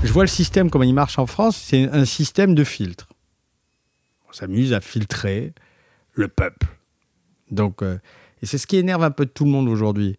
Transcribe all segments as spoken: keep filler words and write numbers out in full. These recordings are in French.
je vois le système, comment il marche en France, c'est un système de filtre. On s'amuse à filtrer le peuple. Donc, euh, et c'est ce qui énerve un peu tout le monde aujourd'hui.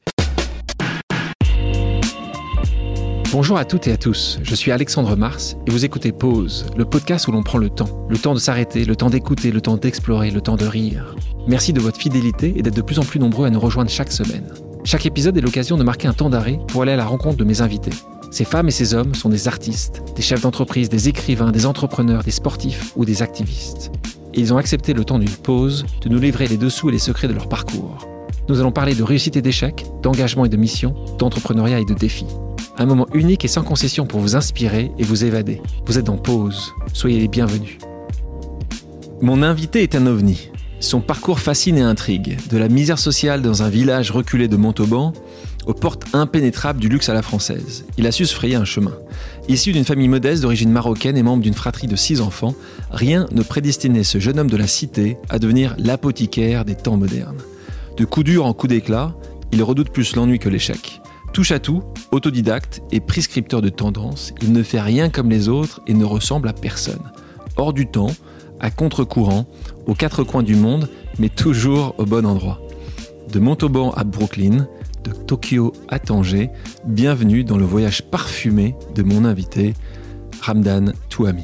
Bonjour à toutes et à tous, je suis Alexandre Mars et vous écoutez Pause, le podcast où l'on prend le temps. Le temps de s'arrêter, le temps d'écouter, le temps d'explorer, le temps de rire. Merci de votre fidélité et d'être de plus en plus nombreux à nous rejoindre chaque semaine. Chaque épisode est l'occasion de marquer un temps d'arrêt pour aller à la rencontre de mes invités. Ces femmes et ces hommes sont des artistes, des chefs d'entreprise, des écrivains, des entrepreneurs, des sportifs ou des activistes. Et ils ont accepté le temps d'une pause de nous livrer les dessous et les secrets de leur parcours. Nous allons parler de réussite et d'échec, d'engagement et de mission, d'entrepreneuriat et de défis. Un moment unique et sans concession pour vous inspirer et vous évader. Vous êtes en pause, soyez les bienvenus. Mon invité est un ovni. Son parcours fascine et intrigue. De la misère sociale dans un village reculé de Montauban aux portes impénétrables du luxe à la française. Il a su se frayer un chemin. Issu d'une famille modeste d'origine marocaine et membre d'une fratrie de six enfants, rien ne prédestinait ce jeune homme de la cité à devenir l'apothicaire des temps modernes. De coup dur en coup d'éclat, il redoute plus l'ennui que l'échec. Touche à tout, autodidacte et prescripteur de tendance, il ne fait rien comme les autres et ne ressemble à personne. Hors du temps, à contre-courant, aux quatre coins du monde, mais toujours au bon endroit. De Montauban à Brooklyn, de Tokyo à Tanger, bienvenue dans le voyage parfumé de mon invité, Ramdan Touhami.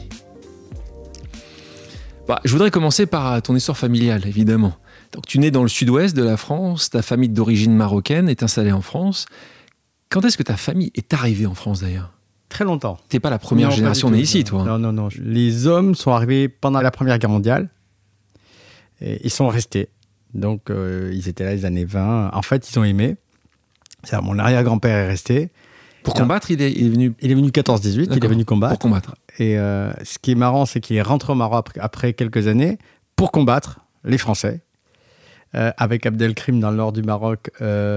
Bah, je voudrais commencer par ton histoire familiale, évidemment. Donc, tu nais dans le sud-ouest de la France, ta famille d'origine marocaine est installée en France. Quand est-ce que ta famille est arrivée en France d'ailleurs ? Très longtemps. T'es pas la première non, génération née ici, toi. Non, non, non. Les hommes sont arrivés pendant la Première Guerre mondiale et ils sont restés. Donc, euh, ils étaient là les années vingt. En fait, ils ont aimé. C'est-à-dire, mon arrière-grand-père est resté. Pour combattre, il est, il est venu... Il est venu quatorze dix-huit, il est venu combattre. Pour combattre. Et euh, ce qui est marrant, c'est qu'il est rentré au Maroc après, après quelques années pour combattre les Français. Euh, avec Abdelkrim dans le nord du Maroc.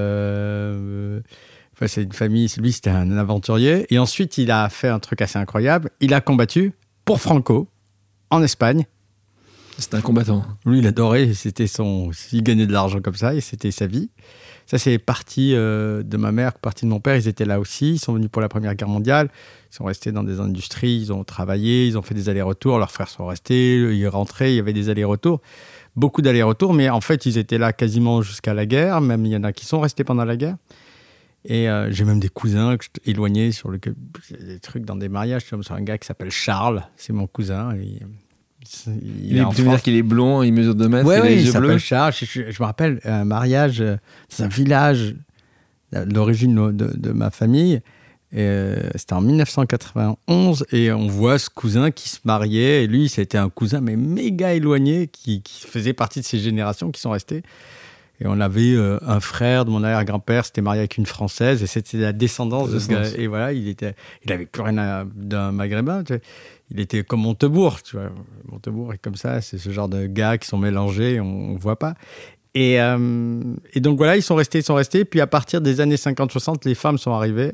Euh, enfin, c'est une famille, lui c'était un aventurier. Et ensuite, il a fait un truc assez incroyable. Il a combattu pour Franco, en Espagne. C'était un combattant. Lui, il adorait, c'était son... il gagnait de l'argent comme ça, et c'était sa vie. Ça, c'est parti euh, de ma mère, partie de mon père, ils étaient là aussi. Ils sont venus pour la Première Guerre mondiale. Ils sont restés dans des industries, ils ont travaillé, ils ont fait des allers-retours. Leurs frères sont restés, ils rentraient, il y avait des allers-retours. Beaucoup d'allers-retours, mais en fait, ils étaient là quasiment jusqu'à la guerre. Même, il y en a qui sont restés pendant la guerre. Et euh, j'ai même des cousins éloignés sur le, des trucs dans des mariages. Je suis un gars qui s'appelle Charles, c'est mon cousin. Et, il, il, il tu veux dire qu'il est blond, il mesure deux mètres, ouais, il a oui, les il yeux bleus. s'appelle Charles. Je, je, je me rappelle un mariage dans un village d'origine de, de ma famille. Et euh, c'était en dix-neuf cent quatre-vingt-onze et on voit ce cousin qui se mariait et lui c'était un cousin mais méga éloigné qui, qui faisait partie de ces générations qui sont restées et on avait euh, un frère de mon arrière-grand-père s'était marié avec une Française et c'était la descendance de ce gars et voilà il était il avait plus rien à, d'un maghrébin tu vois. Il était comme Montebourg tu vois Montebourg est comme ça c'est ce genre de gars qui sont mélangés on, on voit pas et, euh, et donc voilà ils sont restés ils sont restés puis à partir des années cinquante soixante les femmes sont arrivées.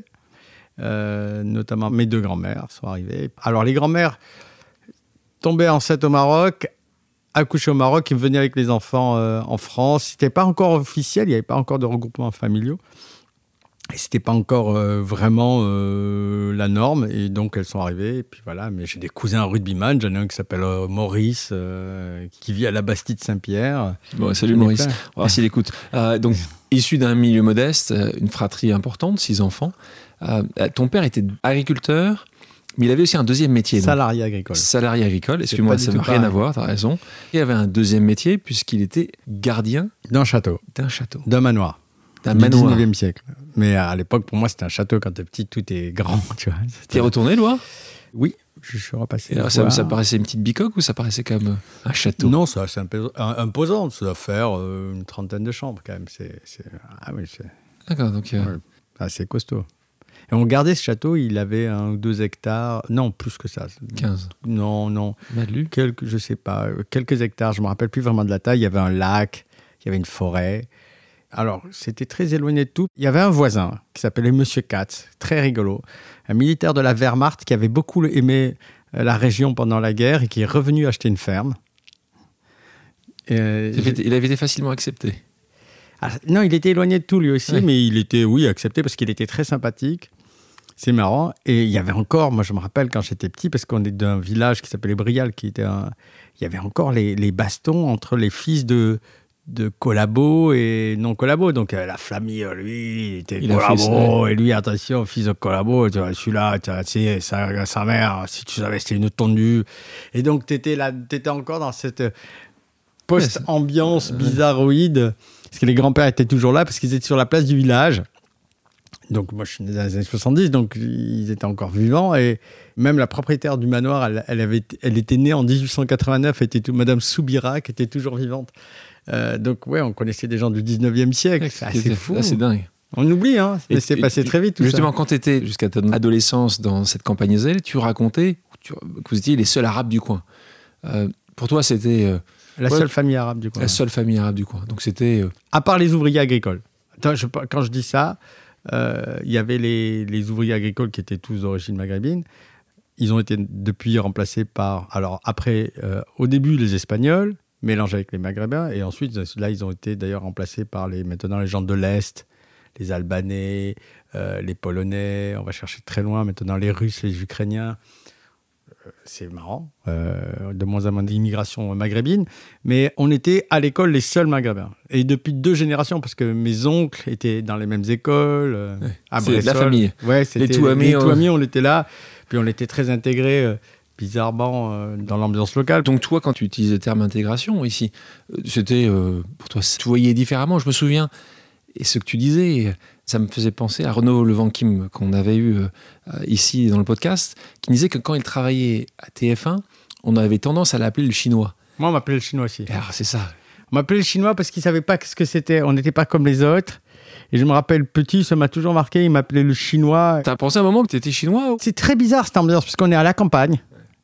Euh, notamment mes deux grands-mères sont arrivées. Alors les grands-mères tombaient enceintes au Maroc, accouchaient au Maroc, ils venaient avec les enfants euh, en France. C'était pas encore officiel, il n'y avait pas encore de regroupements familiaux. Et c'était pas encore euh, vraiment euh, la norme. Et donc elles sont arrivées. Et puis voilà. Mais j'ai des cousins rugbyman. J'en ai un qui s'appelle euh, Maurice, euh, qui vit à la Bastide Saint-Pierre. Bon, salut Maurice. On va voir s'il écoute. Euh, donc issu d'un milieu modeste, une fratrie importante, six enfants. Euh, ton père était agriculteur, mais il avait aussi un deuxième métier. Salarié agricole. Salarié agricole, excuse-moi, ça n'a rien à voir, tu as raison. Il avait un deuxième métier puisqu'il était gardien d'un château. D'un château. D'un manoir. D'un du manoir. dix-neuvième siècle. Mais à l'époque, pour moi, c'était un château. Quand t'es petit, tout est grand. Tu vois. T'es retourné, Loire ? Oui, je suis repassé. Et alors, ça, ça paraissait une petite bicoque ou ça paraissait comme un château ? Non, ça, c'est imposant. Ça doit faire euh, une trentaine de chambres quand même. C'est, c'est... Ah oui, c'est... D'accord, donc... Euh... Ouais, assez costaud. Et on gardait ce château, il avait un ou deux hectares. Non, plus que ça. quinze. Non, non. Madelu ? Quelques, je sais pas, quelques hectares. Je me rappelle plus vraiment de la taille. Il y avait un lac, il y avait une forêt. Alors, c'était très éloigné de tout. Il y avait un voisin qui s'appelait Monsieur Katz, très rigolo. Un militaire de la Wehrmacht qui avait beaucoup aimé la région pendant la guerre et qui est revenu acheter une ferme. Et, il avait été facilement accepté. Ah, non, il était éloigné de tout lui aussi, ouais. Mais il était, oui, accepté parce qu'il était très sympathique. C'est marrant. Et il y avait encore, moi je me rappelle quand j'étais petit, parce qu'on est d'un village qui s'appelait Brial, qui était un... il y avait encore les, les bastons entre les fils de, de collabos et non collabos. Donc euh, la famille, lui, il était il collabo, et lui, attention, fils de collabo, tu vois, celui-là, tu sais, sa, sa mère, si tu savais, c'était une tondue. Et donc t'étais là, t'étais encore dans cette post-ambiance bizarroïde, parce que les grands-pères étaient toujours là, parce qu'ils étaient sur la place du village. Donc moi je suis né dans les années soixante-dix, donc ils étaient encore vivants, et même la propriétaire du manoir, elle, elle, avait, elle était née en dix-huit cent quatre-vingt-neuf, était tout, Madame Soubira, qui était toujours vivante. Euh, donc ouais, on connaissait des gens du dix-neuvième siècle, c'est assez fou. Là, c'est dingue. On oublie, hein, mais c'est passé très vite tout justement, ça. Quand tu étais jusqu'à ton adolescence dans cette campagne Ezel, tu racontais tu, que vous étiez les seuls Arabes du coin. Euh, pour toi, c'était... Euh, la ouais, seule famille arabe du coin. La ouais. seule famille arabe du coin. Donc c'était... Euh... À part les ouvriers agricoles. Attends, je, quand je dis ça... Il euh, y avait les, les ouvriers agricoles qui étaient tous d'origine maghrébine. Ils ont été depuis remplacés par... Alors après, euh, au début, les Espagnols, mélangés avec les Maghrébins. Et ensuite, là, ils ont été d'ailleurs remplacés par les, maintenant les gens de l'Est, les Albanais, euh, les Polonais. On va chercher très loin maintenant les Russes, les Ukrainiens. C'est marrant, euh, de moins en moins d'immigration maghrébine, mais on était à l'école les seuls maghrébins. Et depuis deux générations, parce que mes oncles étaient dans les mêmes écoles, euh, ouais, à c'est Bressol. La famille. Ouais, c'était, les Touamis, les on... Touamis, on était là, puis on était très intégrés, euh, bizarrement, euh, dans l'ambiance locale. Donc toi, quand tu utilises le terme intégration ici, c'était, euh, pour toi, tu voyais différemment, je me souviens, et ce que tu disais... Ça me faisait penser à Renaud Levanquim, qu'on avait eu euh, ici dans le podcast, qui disait que quand il travaillait à T F un, on avait tendance à l'appeler le chinois. Moi, on m'appelait le chinois aussi. Et alors, c'est ça. On m'appelait le chinois parce qu'il ne savait pas ce que c'était. On n'était pas comme les autres. Et je me rappelle, petit, ça m'a toujours marqué, il m'appelait le chinois. T'as pensé à un moment que tu étais chinois ou... C'est très bizarre cette ambiance, parce qu'on est à la campagne.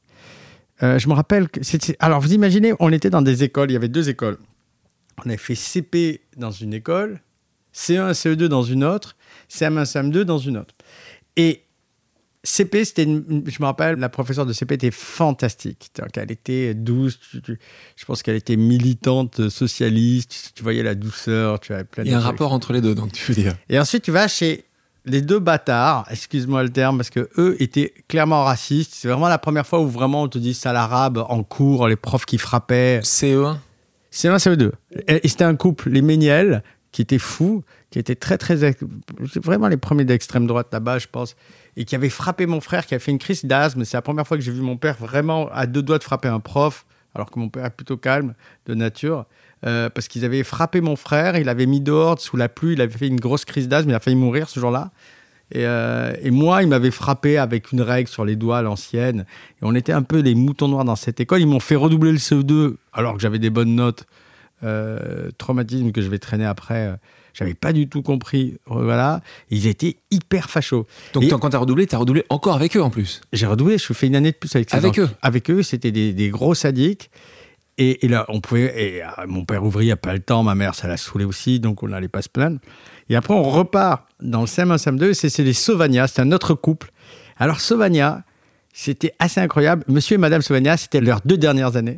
Euh, je me rappelle que... C'était... Alors, vous imaginez, on était dans des écoles, il y avait deux écoles. On avait fait C P dans une école, C un, C E deux dans une autre, C M un, C M deux dans une autre. Et C P, c'était une, je me rappelle, la professeure de C P était fantastique. Donc, elle était douce, tu, tu, je pense qu'elle était militante, socialiste, tu voyais la douceur. Tu avais plein Il y a un trucs. rapport entre les deux, donc tu veux dire. Et ensuite, tu vas chez les deux bâtards, excuse-moi le terme, parce qu'eux étaient clairement racistes. C'est vraiment la première fois où vraiment on te dit ça l'arabe en cours, les profs qui frappaient. C E un C un, C E deux. Et c'était un couple, les Méniel, qui était fou, qui était très, très... Vraiment les premiers d'extrême droite là-bas, je pense, et qui avait frappé mon frère, qui a fait une crise d'asthme. C'est la première fois que j'ai vu mon père vraiment à deux doigts de frapper un prof, alors que mon père est plutôt calme de nature, euh, parce qu'ils avaient frappé mon frère, il avait mis dehors sous la pluie, il avait fait une grosse crise d'asthme, il a failli mourir ce jour-là. Et, euh, et moi, il m'avait frappé avec une règle sur les doigts à l'ancienne. Et on était un peu les moutons noirs dans cette école. Ils m'ont fait redoubler le C E deux, alors que j'avais des bonnes notes. Euh, traumatisme que je vais traîner après, euh, j'avais pas du tout compris, euh, voilà, ils étaient hyper fachos. Donc et quand t'as redoublé, t'as redoublé encore avec eux en plus. J'ai redoublé, je fais une année de plus avec ces avec enfants. eux. Avec eux, c'était des, des gros sadiques, et, et là, on pouvait, et, euh, mon père ouvrier a pas le temps, ma mère, ça l'a saoulé aussi, donc on n'allait pas se plaindre. Et après, on repart dans le C M un, C M deux, c'est, c'est les Sauvagna, c'est un autre couple. Alors Sauvagna, c'était assez incroyable, monsieur et madame Sauvagna, c'était leurs deux dernières années.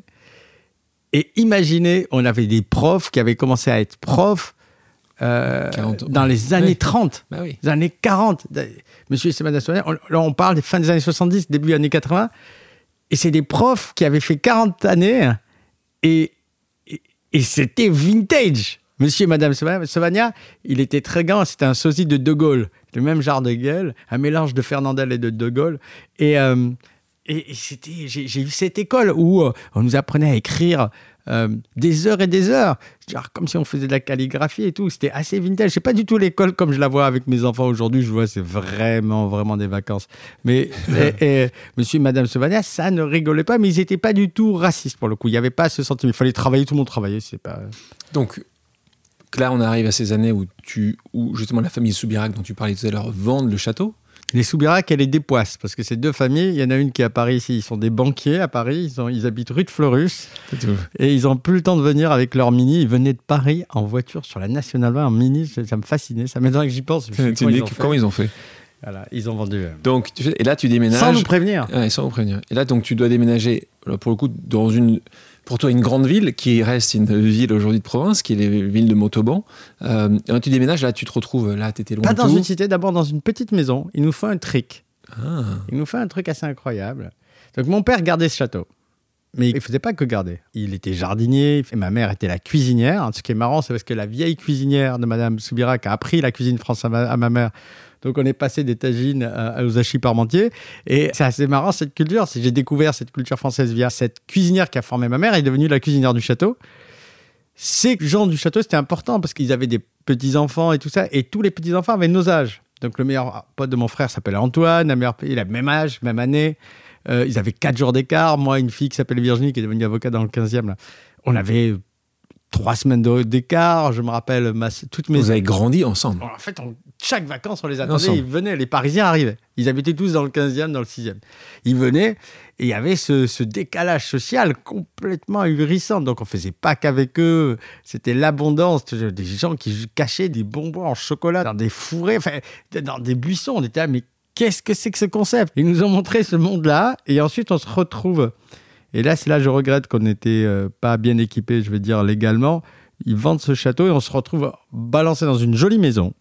Et imaginez, on avait des profs qui avaient commencé à être profs euh, dans les années oui. trente, bah oui. les années quarante. Monsieur et madame Sauvagna, là on parle des fins des années soixante-dix, début des années quatre-vingts. Et c'est des profs qui avaient fait quarante années et, et, et c'était vintage. Monsieur et madame Sauvagna, il était très grand, c'était un sosie de De Gaulle, le même genre de gueule, un mélange de Fernandel et de De Gaulle. Et... Euh, Et, et c'était, j'ai, j'ai eu cette école où euh, on nous apprenait à écrire euh, des heures et des heures, genre comme si on faisait de la calligraphie et tout. C'était assez vintage. C'est pas du tout l'école comme je la vois avec mes enfants aujourd'hui. Je vois, c'est vraiment, vraiment des vacances. Mais et, et, monsieur et madame Sauvagna, ça ne rigolait pas, mais ils n'étaient pas du tout racistes pour le coup. Il n'y avait pas ce sentiment. Il fallait travailler, tout le monde travaillait. C'est pas... Donc, là, on arrive à ces années où, tu, où justement la famille Soubirac, dont tu parlais tout à l'heure, vendent le château. Les Soubirac, elle les dépoisse, parce que c'est deux familles. Il y en a une qui est à Paris ici. Ils sont des banquiers à Paris. Ils, ont, ils habitent rue de Fleurus. Et ils n'ont plus le temps de venir avec leur mini. Ils venaient de Paris en voiture sur la Nationale vingt en mini. Ça, ça me fascinait. Ça m'étonne que j'y pense. Je me dis, comment ils ont fait ? Voilà, ils ont vendu. Donc, tu fais, et là, tu déménages. Sans nous prévenir. Ouais, sans nous prévenir. Et là, donc, tu dois déménager, là, pour le coup, dans une Pour toi, une grande ville qui reste une ville aujourd'hui de province, qui est les villes de Montauban. Euh, quand tu déménages, là, tu te retrouves, là, tu étais loin Pas de dans tout. une cité, d'abord dans une petite maison. Il nous faut un trick. Ah. Il nous fait un truc assez incroyable. Donc mon père gardait ce château. Mais il ne faisait pas que garder. Il était jardinier et ma mère était la cuisinière. Ce qui est marrant, c'est parce que la vieille cuisinière de Madame Soubirac a appris la cuisine française à ma, à ma mère. Donc on est passé des tagines aux hachis parmentiers. Et c'est assez marrant cette culture. J'ai découvert cette culture française via cette cuisinière qui a formé ma mère. Elle est devenue la cuisinière du château. Ces gens du château, c'était important parce qu'ils avaient des petits-enfants et tout ça. Et tous les petits-enfants avaient nos âges. Donc le meilleur pote de mon frère s'appelait Antoine. La meilleure, il a le même âge, même année. Euh, ils avaient quatre jours d'écart. Moi, une fille qui s'appelle Virginie, qui est devenue avocate dans le quinzième, là. On avait trois semaines d'écart. Je me rappelle ma, toutes mes... Vous avez grandi ensemble. En fait, on, chaque vacances, on les attendait. Ensemble. Ils venaient, les Parisiens arrivaient. Ils habitaient tous dans le quinzième, dans le sixième. Ils venaient et il y avait ce, ce décalage social complètement ahurissant. Donc, on ne faisait pas qu'avec eux. C'était l'abondance. Des gens qui cachaient des bonbons en chocolat dans des fourrés, enfin, dans des buissons. On était là, mais qu'est-ce que c'est que ce concept ? Ils nous ont montré ce monde-là et ensuite on se retrouve. Et là, c'est là que je regrette qu'on n'était euh, pas bien équipés, je veux dire, légalement. Ils vendent ce château et on se retrouve balancé dans une jolie maison,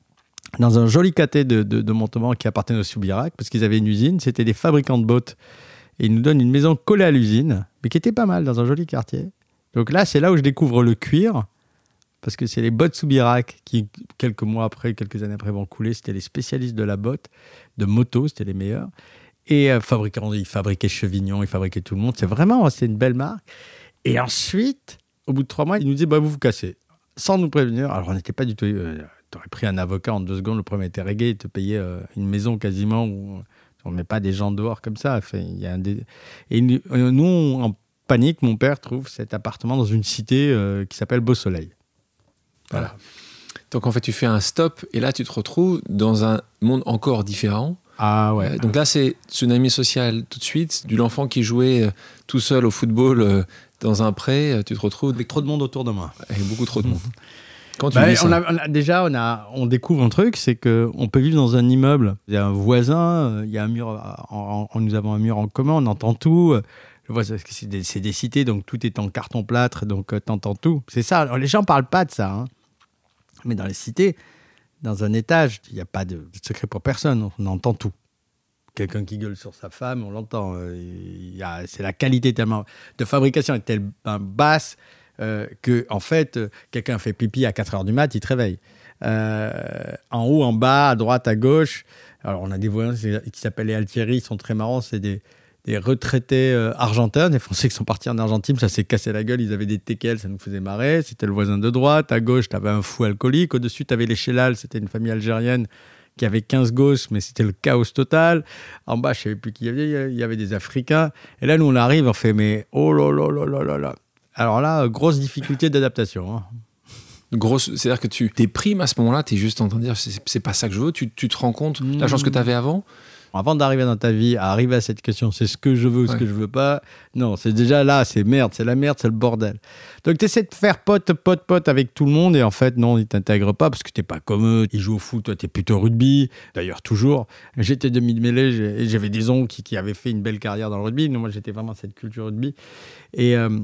dans un joli caté de, de, de Montauban qui appartenait au Soubirac, parce qu'ils avaient une usine. C'était des fabricants de bottes. Et ils nous donnent une maison collée à l'usine, mais qui était pas mal, dans un joli quartier. Donc là, c'est là où je découvre le cuir, parce que c'est les bottes Soubirac qui, quelques mois après, quelques années après, vont couler. C'était les spécialistes de la botte, de moto, c'était les meilleurs. Et euh, fabricants, ils fabriquaient Chevignon, ils fabriquaient tout le monde. C'est vraiment, c'est une belle marque. Et ensuite, au bout de trois mois, ils nous disaient, bah, vous vous cassez, sans nous prévenir. Alors, on n'était pas du tout... Euh, tu aurais pris un avocat en deux secondes, le premier était réglé, il te payait euh, une maison quasiment, où on ne met pas des gens dehors comme ça. Enfin, il y a un dé... Et nous, en panique, mon père trouve cet appartement dans une cité euh, qui s'appelle Beau Soleil. Voilà. Voilà. Donc, en fait, tu fais un stop et là, tu te retrouves dans un monde encore différent. Ah ouais. Euh, donc là, c'est tsunami social tout de suite. De l'enfant qui jouait euh, tout seul au football euh, dans un pré, euh, tu te retrouves Avec trop de monde autour de moi. avec beaucoup trop de monde. Quand tu Bah, dis ça, on a, on a, déjà, on, a, on découvre un truc, c'est qu'on peut vivre dans un immeuble. Il y a un voisin, il y a un mur, en, en, nous avons un mur en commun, on entend tout. Le voisin, c'est des, c'est des cités, donc tout est en carton plâtre, donc tu entends tout. C'est ça. Alors, les gens ne parlent pas de ça. Hein. Mais dans les cités, dans un étage, il n'y a pas de secret pour personne, on entend tout. Quelqu'un qui gueule sur sa femme, on l'entend. Il y a, c'est la qualité tellement de fabrication est tellement basse euh, que, en fait, quelqu'un fait pipi à quatre heures du mat, il te réveille. Euh, en haut, en bas, à droite, à gauche. Alors, on a des voisins qui s'appellent les Altieri, ils sont très marrants. C'est des, des retraités euh, argentins, des Français qui sont partis en Argentine, ça s'est cassé la gueule, ils avaient des teckels, ça nous faisait marrer. C'était le voisin de droite. À gauche, tu avais un fou alcoolique. Au-dessus, tu avais les Chellal, c'était une famille algérienne qui avait quinze gosses, mais c'était le chaos total. En bas, je ne savais plus qui il y avait, il y avait des Africains. Et là, nous, on arrive, on fait, mais oh là là là là là là. Alors là, grosse difficulté d'adaptation. Hein. grosse, c'est-à-dire que tu déprimes à ce moment-là, tu es juste en train de dire, c'est, c'est pas ça que je veux, tu, tu te rends compte, mmh. la chance que tu avais avant. Avant d'arriver dans ta vie, à arriver à cette question, c'est ce que je veux ou ce ouais. que je veux pas. Non, c'est déjà là, c'est merde, c'est la merde, c'est le bordel. Donc, tu essaies de faire pote, pote, pote avec tout le monde et en fait, non, ils t'intègrent pas parce que t'es pas comme eux. Ils jouent au foot, toi, t'es plutôt rugby. D'ailleurs, toujours. J'étais demi-mêlée et j'avais des oncles qui, qui avaient fait une belle carrière dans le rugby. Non, moi, j'étais vraiment cette culture rugby. Et euh,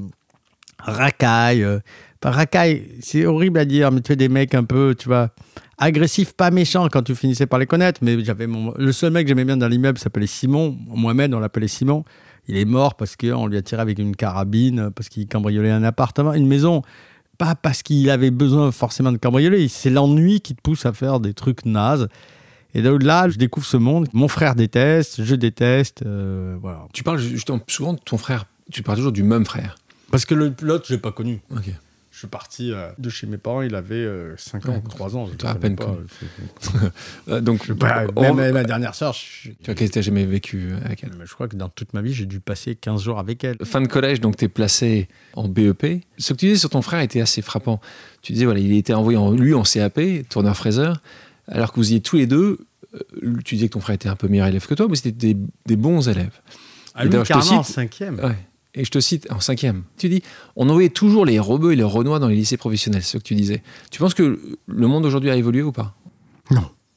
racaille. Euh, racaille, c'est horrible à dire, mais tu es des mecs un peu, tu vois... agressif, pas méchant quand tu finissais par les connaître, mais j'avais mon... le seul mec que j'aimais bien dans l'immeuble s'appelait Simon. Mohamed, on l'appelait Simon. Il est mort parce qu'on lui a tiré avec une carabine, parce qu'il cambriolait un appartement, une maison. Pas parce qu'il avait besoin forcément de cambrioler. C'est l'ennui qui te pousse à faire des trucs nazes. Et de là, je découvre ce monde. Mon frère déteste, je déteste. Euh, voilà. Tu parles justement souvent de ton frère. Tu parles toujours du même frère. Parce que le, l'autre, je l'ai pas connu. Ok. Je suis parti euh, de chez mes parents, il avait euh, cinq ans, ouais, trois ans. Je à peine pas. euh, donc, je pas, même, même ma dernière sœur. Je... Tu vois, qu'elle n'as jamais vécu avec elle? Je crois que dans toute ma vie, j'ai dû passer quinze jours avec elle. Fin de collège, donc tu es placé en B E P. Ce que tu disais sur ton frère était assez frappant. Tu disais, voilà, il était envoyé en, lui en C A P, tourneur-fraiseur, alors que vous y êtes tous les deux. Tu disais que ton frère était un peu meilleur élève que toi, mais c'était des, des bons élèves. Ah, lui, carrément en cinquième. Ouais. Et je te cite, en cinquième, tu dis, on envoyait toujours les rebeux et les renois dans les lycées professionnels, c'est ce que tu disais. Tu penses que le monde aujourd'hui a évolué ou pas? Non.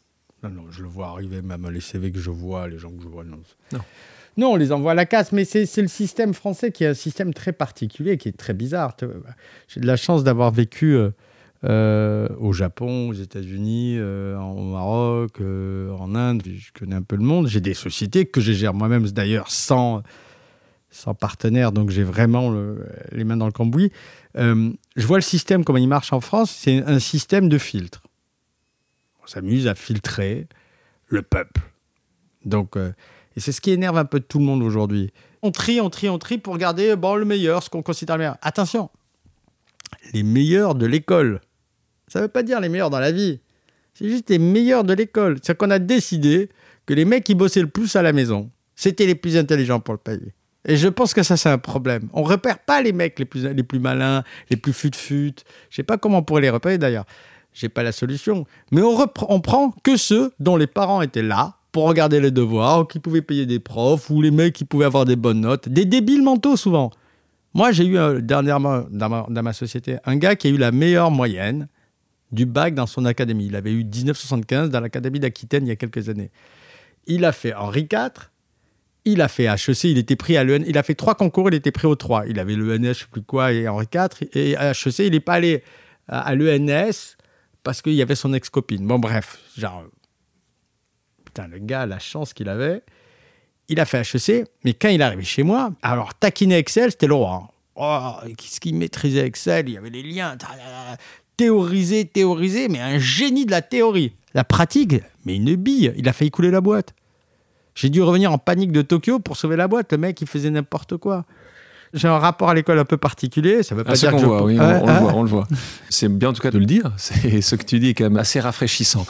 Non, non, je le vois arriver, même les C V que je vois, les gens que je vois. Non, non. non on les envoie à la casse, mais c'est, c'est le système français qui est un système très particulier, qui est très bizarre. J'ai de la chance d'avoir vécu euh, euh, au Japon, aux États-Unis, euh, au Maroc, euh, en Inde. Je connais un peu le monde. J'ai des sociétés que je gère moi-même, d'ailleurs, sans, sans partenaire, donc j'ai vraiment le, les mains dans le cambouis. Euh, je vois le système, comment il marche en France, c'est un système de filtre. On s'amuse à filtrer le peuple. Donc, euh, et c'est ce qui énerve un peu tout le monde aujourd'hui. On trie, on trie, on trie pour garder bon, le meilleur, ce qu'on considère le meilleur. Attention, les meilleurs de l'école. Ça ne veut pas dire les meilleurs dans la vie. C'est juste les meilleurs de l'école. C'est qu'on a décidé que les mecs qui bossaient le plus à la maison, c'était les plus intelligents pour le pays. Et je pense que ça, c'est un problème. On ne repère pas les mecs les plus, les plus malins, les plus fut-fut. Je ne sais pas comment on pourrait les repérer d'ailleurs. Je n'ai pas la solution. Mais on, repre- on prend que ceux dont les parents étaient là pour regarder les devoirs, ou qui pouvaient payer des profs, ou les mecs qui pouvaient avoir des bonnes notes. Des débiles mentaux, souvent. Moi, j'ai eu euh, dernièrement, dans ma, dans ma société, un gars qui a eu la meilleure moyenne du bac dans son académie. Il avait eu dix-neuf virgule soixante-quinze dans l'académie d'Aquitaine il y a quelques années. Il a fait Henri quatre, il a fait H E C, il était pris à l'E N S, il a fait trois concours, il était pris aux trois. Il avait l'E N S, je ne sais plus quoi, et Henri quatre, et à H E C, il n'est pas allé à l'E N S parce qu'il y avait son ex-copine. Bon, bref, genre... Putain, le gars, la chance qu'il avait, il a fait H E C, mais quand il est arrivé chez moi, alors taquiner Excel, c'était le roi. Oh, qu'est-ce qu'il maîtrisait Excel, il y avait les liens, théoriser, théoriser, mais un génie de la théorie. La pratique, mais une bille, il a failli couler la boîte. J'ai dû revenir en panique de Tokyo pour sauver la boîte, le mec, il faisait n'importe quoi. J'ai un rapport à l'école un peu particulier, ça veut pas ah, dire qu'on que je... voit, oui, ah, on, on ah, le voit, on le voit. C'est bien en tout cas de le dire, c'est, ce que tu dis est quand même assez rafraîchissant.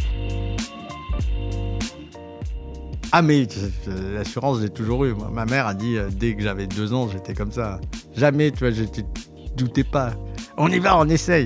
Ah mais l'assurance, j'ai toujours eu. Moi, ma mère a dit, euh, dès que j'avais deux ans, j'étais comme ça. Jamais, tu vois, je ne doutais pas. On y va, on essaye.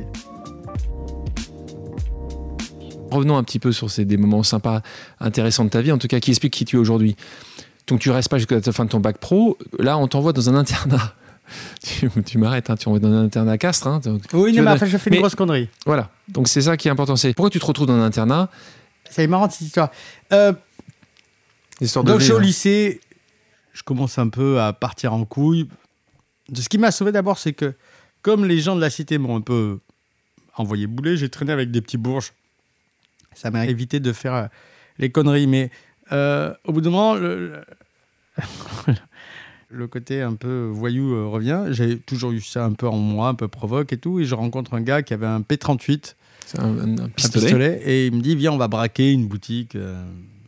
Revenons un petit peu sur ces, des moments sympas, intéressants de ta vie, en tout cas qui expliquent qui tu es aujourd'hui. Donc tu ne restes pas jusqu'à la fin de ton bac pro. Là, on t'envoie dans un internat. tu, tu m'arrêtes, hein, tu envoies dans un internat à Castres. Hein, donc, oui, non, mais dans... enfin, je fais mais, une grosse connerie. Voilà, donc c'est ça qui est important. C'est pourquoi tu te retrouves dans un internat. C'est marrant cette histoire. Euh, Histoire donc de je suis au hein. lycée, je commence un peu à partir en couille. Ce qui m'a sauvé d'abord, c'est que comme les gens de la cité m'ont un peu envoyé bouler, j'ai traîné avec des petits bourges. Ça m'a évité de faire euh, les conneries. Mais euh, au bout d'un moment, le, le, le côté un peu voyou euh, revient. J'ai toujours eu ça un peu en moi, un peu provoque et tout. Et je rencontre un gars qui avait un P trente-huit. C'est un, un, un, pistolet. un pistolet. Et il me dit, viens, on va braquer une boutique. Euh...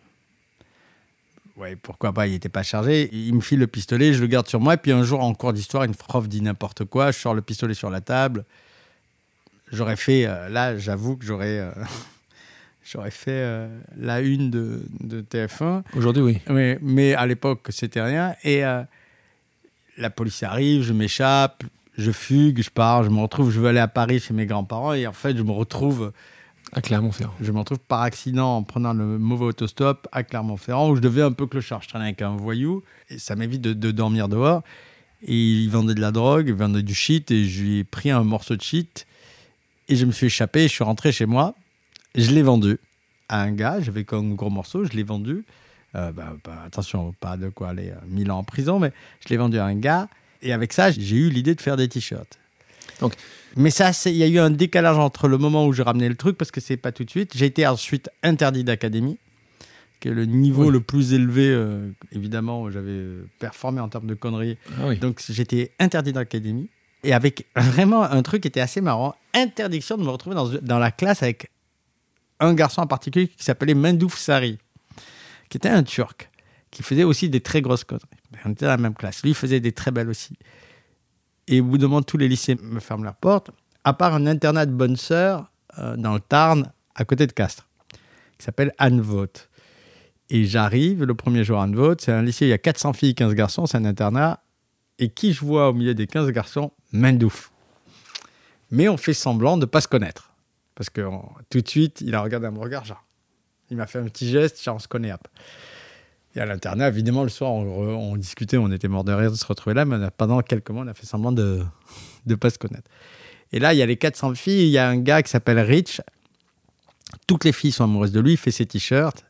Ouais, pourquoi pas, il n'était pas chargé. Il me file le pistolet, je le garde sur moi. Et puis un jour, en cours d'histoire, une prof dit n'importe quoi. Je sors le pistolet sur la table. J'aurais fait... Euh, là, j'avoue que j'aurais... Euh... J'aurais fait euh, la une de, de T F un. Aujourd'hui, oui. Mais, mais à l'époque, c'était rien. Et euh, la police arrive, je m'échappe, je fugue, je pars, je me retrouve, je veux aller à Paris chez mes grands-parents. Et en fait, je me retrouve... À Clermont-Ferrand. Je me retrouve par accident en prenant le mauvais autostop à Clermont-Ferrand où je devais un peu clochard. Je traînais avec un voyou et ça m'évite de, de dormir dehors. Et il vendait de la drogue, il vendait du shit et je lui ai pris un morceau de shit et je me suis échappé. Je suis rentré chez moi. Je l'ai vendu à un gars. J'avais comme un gros morceau. Je l'ai vendu. Euh, bah, bah, attention, pas de quoi aller euh, mille ans en prison, mais je l'ai vendu à un gars. Et avec ça, j'ai eu l'idée de faire des t-shirts. Donc, mais ça, il y a eu un décalage entre le moment où j'ai ramené le truc, parce que c'est pas tout de suite. J'ai été ensuite interdit d'académie, qui est le niveau oui. le plus élevé. Euh, évidemment, j'avais performé en termes de conneries. Ah oui. Donc, j'étais interdit d'académie. Et avec vraiment un truc qui était assez marrant, interdiction de me retrouver dans, dans la classe avec un garçon en particulier qui s'appelait Mendouf Sari, qui était un Turc, qui faisait aussi des très grosses conneries. On était dans la même classe. Lui, il faisait des très belles aussi. Et au bout d'un moment, tous les lycées me ferment leurs portes, à part un internat de bonnes sœurs euh, dans le Tarn, à côté de Castres, qui s'appelle Anne-Vaute. Et j'arrive le premier jour à Anne-Vaute, c'est un lycée, il y a quatre cents filles, quinze garçons, c'est un internat. Et qui je vois au milieu des quinze garçons? Mendouf. Mais on fait semblant de ne pas se connaître. Parce que on, tout de suite, il a regardé à mon regard, genre, il m'a fait un petit geste, genre, on se connaît. Hop. Et à l'internat, évidemment, le soir, on, on discutait, on était morts de rire de se retrouver là, mais on a, pendant quelques mois, on a fait semblant de ne pas se connaître. Et là, il y a les quatre cents filles, il y a un gars qui s'appelle Rich, Toutes les filles sont amoureuses de lui, il fait ses t-shirts.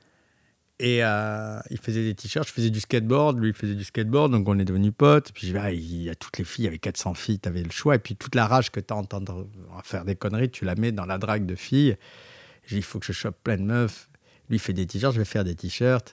Et euh, il faisait des t-shirts, je faisais du skateboard, lui il faisait du skateboard, donc on est devenus potes. Puis je dis, ah, il y a toutes les filles, il y avait quatre cents filles, tu avais le choix. Et puis toute la rage que tu as à entendre faire des conneries, tu la mets dans la drague de filles. Je dis, il faut que je chope plein de meufs. Lui il fait des t-shirts, je vais faire des t-shirts.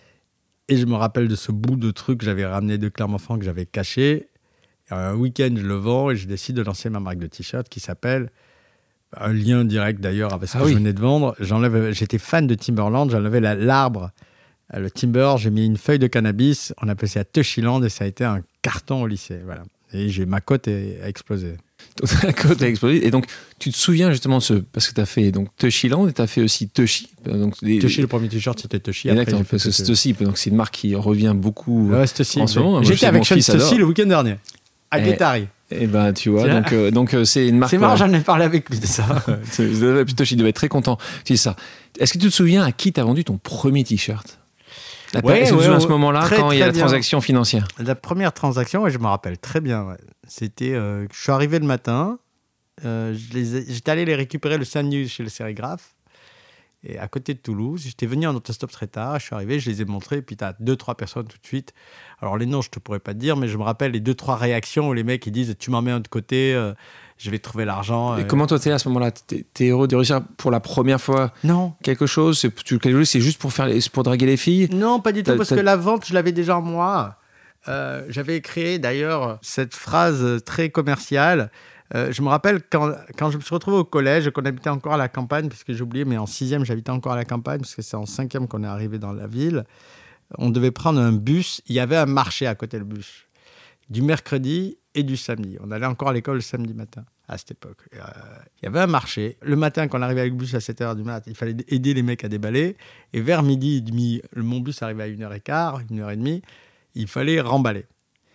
Et je me rappelle de ce bout de truc que j'avais ramené de Clermont-Ferrand, que j'avais caché. Et un week-end, je le vends et je décide de lancer ma marque de t-shirts qui s'appelle... Un lien direct d'ailleurs avec ce ah que oui. je venais de vendre. J'enlève, j'étais fan de Timberland, j'enlevais la, l'arbre, le timber, j'ai mis une feuille de cannabis, on appelait ça Tushyland et ça a été un carton au lycée. Voilà. Et j'ai, ma cote a explosé. Donc la cote a explosé. Et donc, tu te souviens justement de ce. Parce que tu as fait donc Tushyland et tu as fait aussi Tushy. Donc, les... Tushy, le premier t-shirt, c'était Tushy. Exactement, parce que Stussy, donc c'est une marque qui revient beaucoup ouais, Stussy, en ce moment. Moi, j'étais avec Sean Stussy le week-end dernier, à et... Guétari. Et ben tu vois, donc, euh, donc euh, c'est une marque. C'est marrant, j'en ai parlé avec lui de ça. Tushy devait être très content. Tu dis ça. Est-ce que tu te souviens à qui tu as vendu ton premier t-shirt? La ouais, Est-ce que tu te ouais, souviens à ouais, ce moment-là, très, quand il y a la bien. transaction financière? La première transaction, ouais, je me rappelle très bien. Ouais. C'était, euh, je suis arrivé le matin, euh, je les ai, j'étais allé les récupérer le samedi chez le sérigraphe. Et à côté de Toulouse, j'étais venu en autostop très tard, je suis arrivé, je les ai montrés, et puis tu as deux, trois personnes tout de suite. Alors les noms, je ne te pourrais pas te dire, mais je me rappelle les deux, trois réactions où les mecs ils disent « tu m'en mets un de côté, euh, je vais trouver l'argent. » Et euh... comment toi t'es à ce moment-là? T'es, t'es heureux de réussir pour la première fois? Non. Quelque chose? C'est, tu, quelque chose, c'est juste pour, faire les, pour draguer les filles? Non, pas du tout, t'as, parce t'as... que la vente, je l'avais déjà en moi. Euh, j'avais créé d'ailleurs cette phrase très commerciale. Euh, je me rappelle quand, quand je me suis retrouvé au collège, qu'on habitait encore à la campagne, puisque j'ai oublié, mais en sixième, j'habitais encore à la campagne, parce que c'est en cinquième qu'on est arrivé dans la ville. On devait prendre un bus. Il y avait un marché à côté du bus, du mercredi et du samedi. On allait encore à l'école le samedi matin, à cette époque. Euh, il y avait un marché. Le matin, quand on arrivait avec le bus à sept heures du matin, il fallait aider les mecs à déballer. Et vers midi et demi, mon bus arrivait à une heure quinze, une heure trente, il fallait remballer.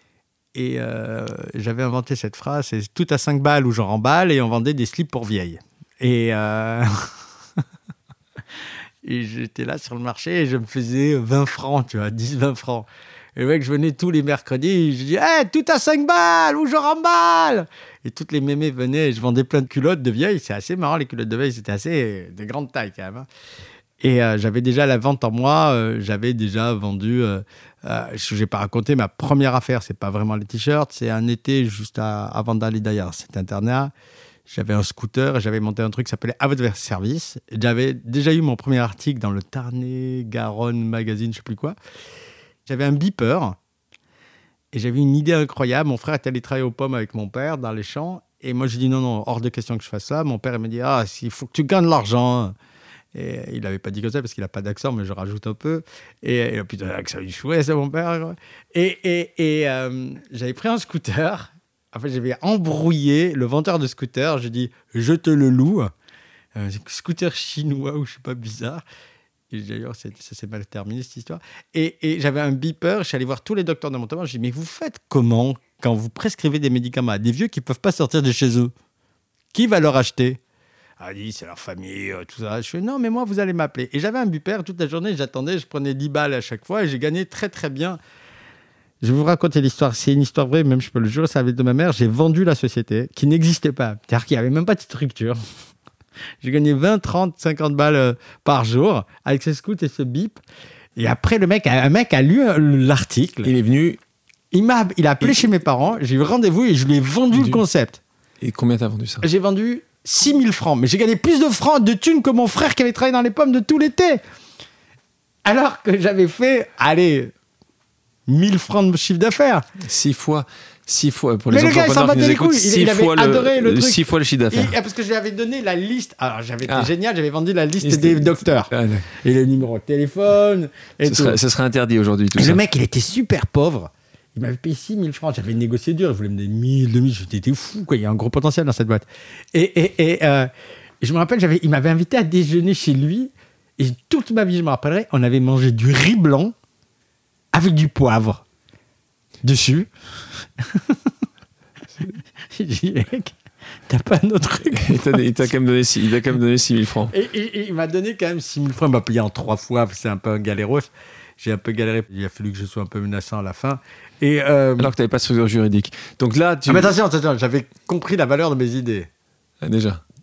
Et euh, j'avais inventé cette phrase, c'est tout à cinq balles où j'en remballe, et on vendait des slips pour vieilles. Et, euh... et j'étais là sur le marché et je me faisais vingt francs, tu vois, dix, vingt francs. Et le mec, je venais tous les mercredis, et je dis hey, tout à cinq balles où je remballe. Et toutes les mémés venaient et je vendais plein de culottes de vieilles. C'est assez marrant, les culottes de vieilles, c'était assez de grande taille quand même. Hein. Et euh, j'avais déjà la vente en moi, euh, j'avais déjà vendu, euh, euh, je n'ai pas raconté, ma première affaire, c'est pas vraiment les t-shirts, c'est un été juste à, avant d'aller d'ailleurs, cet internat, j'avais un scooter et j'avais monté un truc qui s'appelait À votre service. Et j'avais déjà eu mon premier article dans le Tarn-et-Garonne magazine, je sais plus quoi. J'avais un beeper et j'avais une idée incroyable. Mon frère était allé travailler aux pommes avec mon père dans les champs et moi j'ai dit non, non, hors de question que je fasse ça. Mon père il m'a dit ah, il faut que tu gagnes de l'argent. Et il n'avait pas dit comme ça parce qu'il n'a pas d'accent, mais je rajoute un peu. Et, et putain, l'accent du chouette, c'est mon père. Et, et, et euh, j'avais pris un scooter. En fait, j'avais embrouillé le vendeur de scooter. J'ai dit, je te le loue. Un scooter chinois ou je ne sais pas, bizarre. Et d'ailleurs, c'est, ça s'est mal terminé, cette histoire. Et, et j'avais un beeper. Je suis allé voir tous les docteurs de mon temps. J'ai dit, mais vous faites comment quand vous prescrivez des médicaments à des vieux qui ne peuvent pas sortir de chez eux? Qui va leur acheter? Ah, dit, c'est leur famille, euh, tout ça. Je fais, non, mais moi, vous allez m'appeler. Et j'avais un beeper toute la journée, j'attendais, je prenais dix balles à chaque fois et j'ai gagné très, très bien. Je vais vous raconter l'histoire. C'est une histoire vraie, même je peux le jurer, ça avait de ma mère. J'ai vendu la société qui n'existait pas. C'est-à-dire qu'il n'y avait même pas de structure. J'ai gagné vingt, trente, cinquante balles euh, par jour avec ce scoot et ce bip. Et après, le mec, un mec a lu l'article. Il est venu. Il m'a, il a appelé et... chez mes parents. J'ai eu rendez-vous et je lui ai vendu du... le concept. Et combien t'as vendu ça? J'ai vendu six mille francs. Mais j'ai gagné plus de francs, de thunes que mon frère qui avait travaillé dans les pommes de tout l'été. Alors que j'avais fait, allez, mille francs de chiffre d'affaires. Six fois. Six fois, pour les mais entrepreneurs qui nous écoutent, il, six, il fois avait adoré le, le truc. six fois le chiffre d'affaires. Et, parce que je lui avais donné la liste. Alors, j'avais été ah. génial, j'avais vendu la liste liste des de... docteurs. Ah, et le numéro de téléphone. Et ce, serait, ce serait interdit aujourd'hui, tout et ça. Le mec, il était super pauvre. Il m'avait payé six mille francs. J'avais négocié dur. Il voulait me donner mille, deux mille. J'étais fou, quoi. Il y a un gros potentiel dans cette boîte. Et, et, et, euh, et je me rappelle, j'avais, il m'avait invité à déjeuner chez lui. Et toute ma vie, je me rappellerai, on avait mangé du riz blanc avec du poivre dessus. J'ai dit, mec, t'as pas un autre truc? Il t'a, il t'a quand même donné, il t'a quand même donné six mille francs. Et, et, et il m'a donné quand même six mille francs. Il m'a payé en trois fois. C'est un peu un galéros. J'ai un peu galéré. Il a fallu que je sois un peu menaçant à la fin. Et euh... Alors que t'avais pas de structure juridique. Donc là, tu... Ah, mais attention, attention, j'avais compris la valeur de mes idées. Ah, déjà.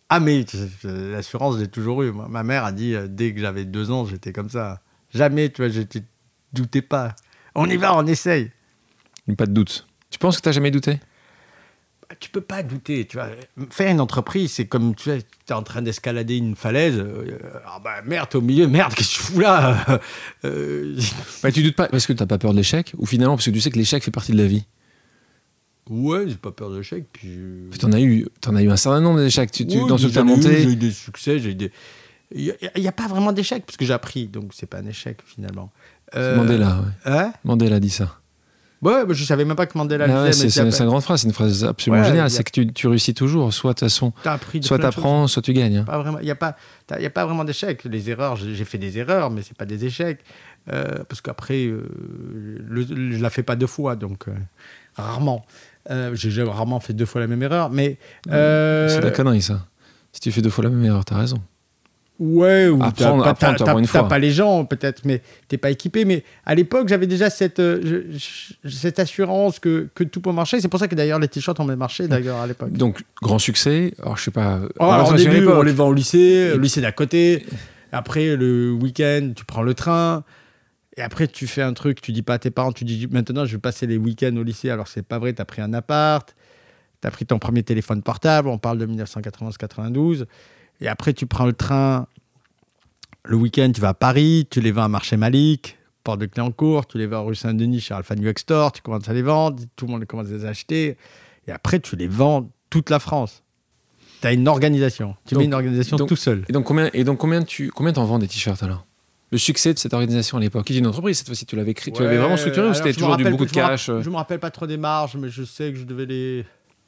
Ah, mais l'assurance, j'ai toujours eu. Ma mère a dit, dès que j'avais deux ans, j'étais comme ça. Jamais, tu vois, je ne doutais pas. On y va, on essaye. Pas de doute. Tu penses que tu n'as jamais douté ? Tu peux pas douter, tu vois. Faire une entreprise, c'est comme tu es en train d'escalader une falaise. Euh, ah bah merde, t'es au milieu, merde, qu'est-ce que tu fous là euh... bah, Tu doutes pas parce que t'as pas peur de l'échec ou finalement parce que tu sais que l'échec fait partie de la vie. Ouais, j'ai pas peur de l'échec. Puis je... T'en as eu, t'en as eu un certain nombre d'échecs. Tu, tu, ouais, dans ce que t'as monté. J'ai eu des succès, j'ai eu des. Il n'y a, a pas vraiment d'échec parce que j'ai appris, donc c'est pas un échec finalement. Euh... Mandela, ouais. Hein Mandela dit ça. Ouais, bah, je savais même pas que Mandela ah le disait. Ouais, c'est, c'est, c'est une grande phrase, c'est une phrase absolument ouais, géniale. A... C'est que tu, tu réussis toujours, soit de toute façon, soit t'apprends, soit tu gagnes. Pas vraiment, il n'y a, a pas vraiment d'échecs. Les erreurs, j'ai fait des erreurs, mais c'est pas des échecs. Euh, parce qu'après, euh, le, le, je la fais pas deux fois, donc euh, rarement. Euh, j'ai, j'ai rarement fait deux fois la même erreur, mais... Euh... C'est de la connerie, ça. Si tu fais deux fois la même erreur, t'as raison. Ouais, ou apprendre, t'as, apprendre, t'as, t'as, t'as, une t'as fois. pas les gens, peut-être, mais t'es pas équipé. Mais à l'époque, j'avais déjà cette, euh, je, cette assurance que, que tout peut marcher. C'est pour ça que d'ailleurs, les t-shirts ont bien marché, d'ailleurs, à l'époque. Donc, grand succès. Alors, je sais pas... Oh, alors, au début, on les vend au lycée, le lycée d'à côté. Après, le week-end, tu prends le train. Et après, tu fais un truc, tu dis pas à tes parents, tu dis maintenant, je vais passer les week-ends au lycée. Alors, c'est pas vrai, t'as pris un appart, t'as pris ton premier téléphone portable. On parle de dix-neuf cent quatre-vingt-onze quatre-vingt-douze. Et après, tu prends le train... Le week-end, tu vas à Paris, tu les vends à Marché Malik, Porte de Cléancourt, tu les vends à rue Saint-Denis chez Alpha New York Store, tu commences à les vendre, tout le monde commence à les acheter. Et après, tu les vends toute la France. Tu as une organisation. Tu donc, mets une organisation donc, tout seul. Et donc, combien, et donc combien, tu, combien t'en vends des t-shirts alors ? Le succès de cette organisation à l'époque, qui est une entreprise cette fois-ci, tu l'avais, créé, ouais, tu l'avais vraiment structuré ou c'était toujours rappelle, du beaucoup de cash ? Je ne me rappelle pas trop des marges, mais je sais que je devais les...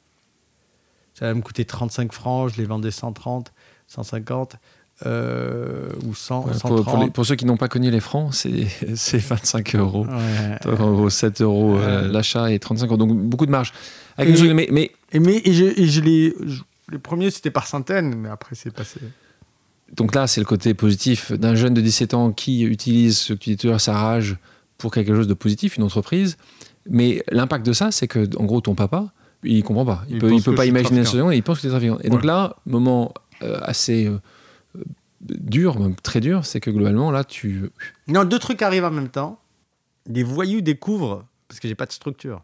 Ça va me coûter trente-cinq francs, je les vendais cent trente, cent cinquante... Euh, ou cent, ouais, cent pour, trente. Pour, les, pour ceux qui n'ont pas connu les francs, c'est, c'est vingt-cinq euros. Ouais. Donc, en gros, sept euros euh, euh, l'achat et trente-cinq euros. Donc, beaucoup de marge. Avec et, une... mais, mais... Et, mais, et, je, et je les, je, les premiers, c'était par centaines, mais après, c'est passé. Donc là, c'est le côté positif d'un jeune de dix-sept ans qui utilise ce que tu dis tout à l'heure, sa rage, pour quelque chose de positif, une entreprise. Mais l'impact de ça, c'est que, en gros, ton papa, il ne comprend pas. Il ne peut, il peut pas imaginer la situation et il pense que tu es trafiquant. Et ouais. Donc là, moment euh, assez... Euh, dur, même très dur, c'est que globalement, là, tu... Non, deux trucs arrivent en même temps. Des voyous découvrent, parce que j'ai pas de structure.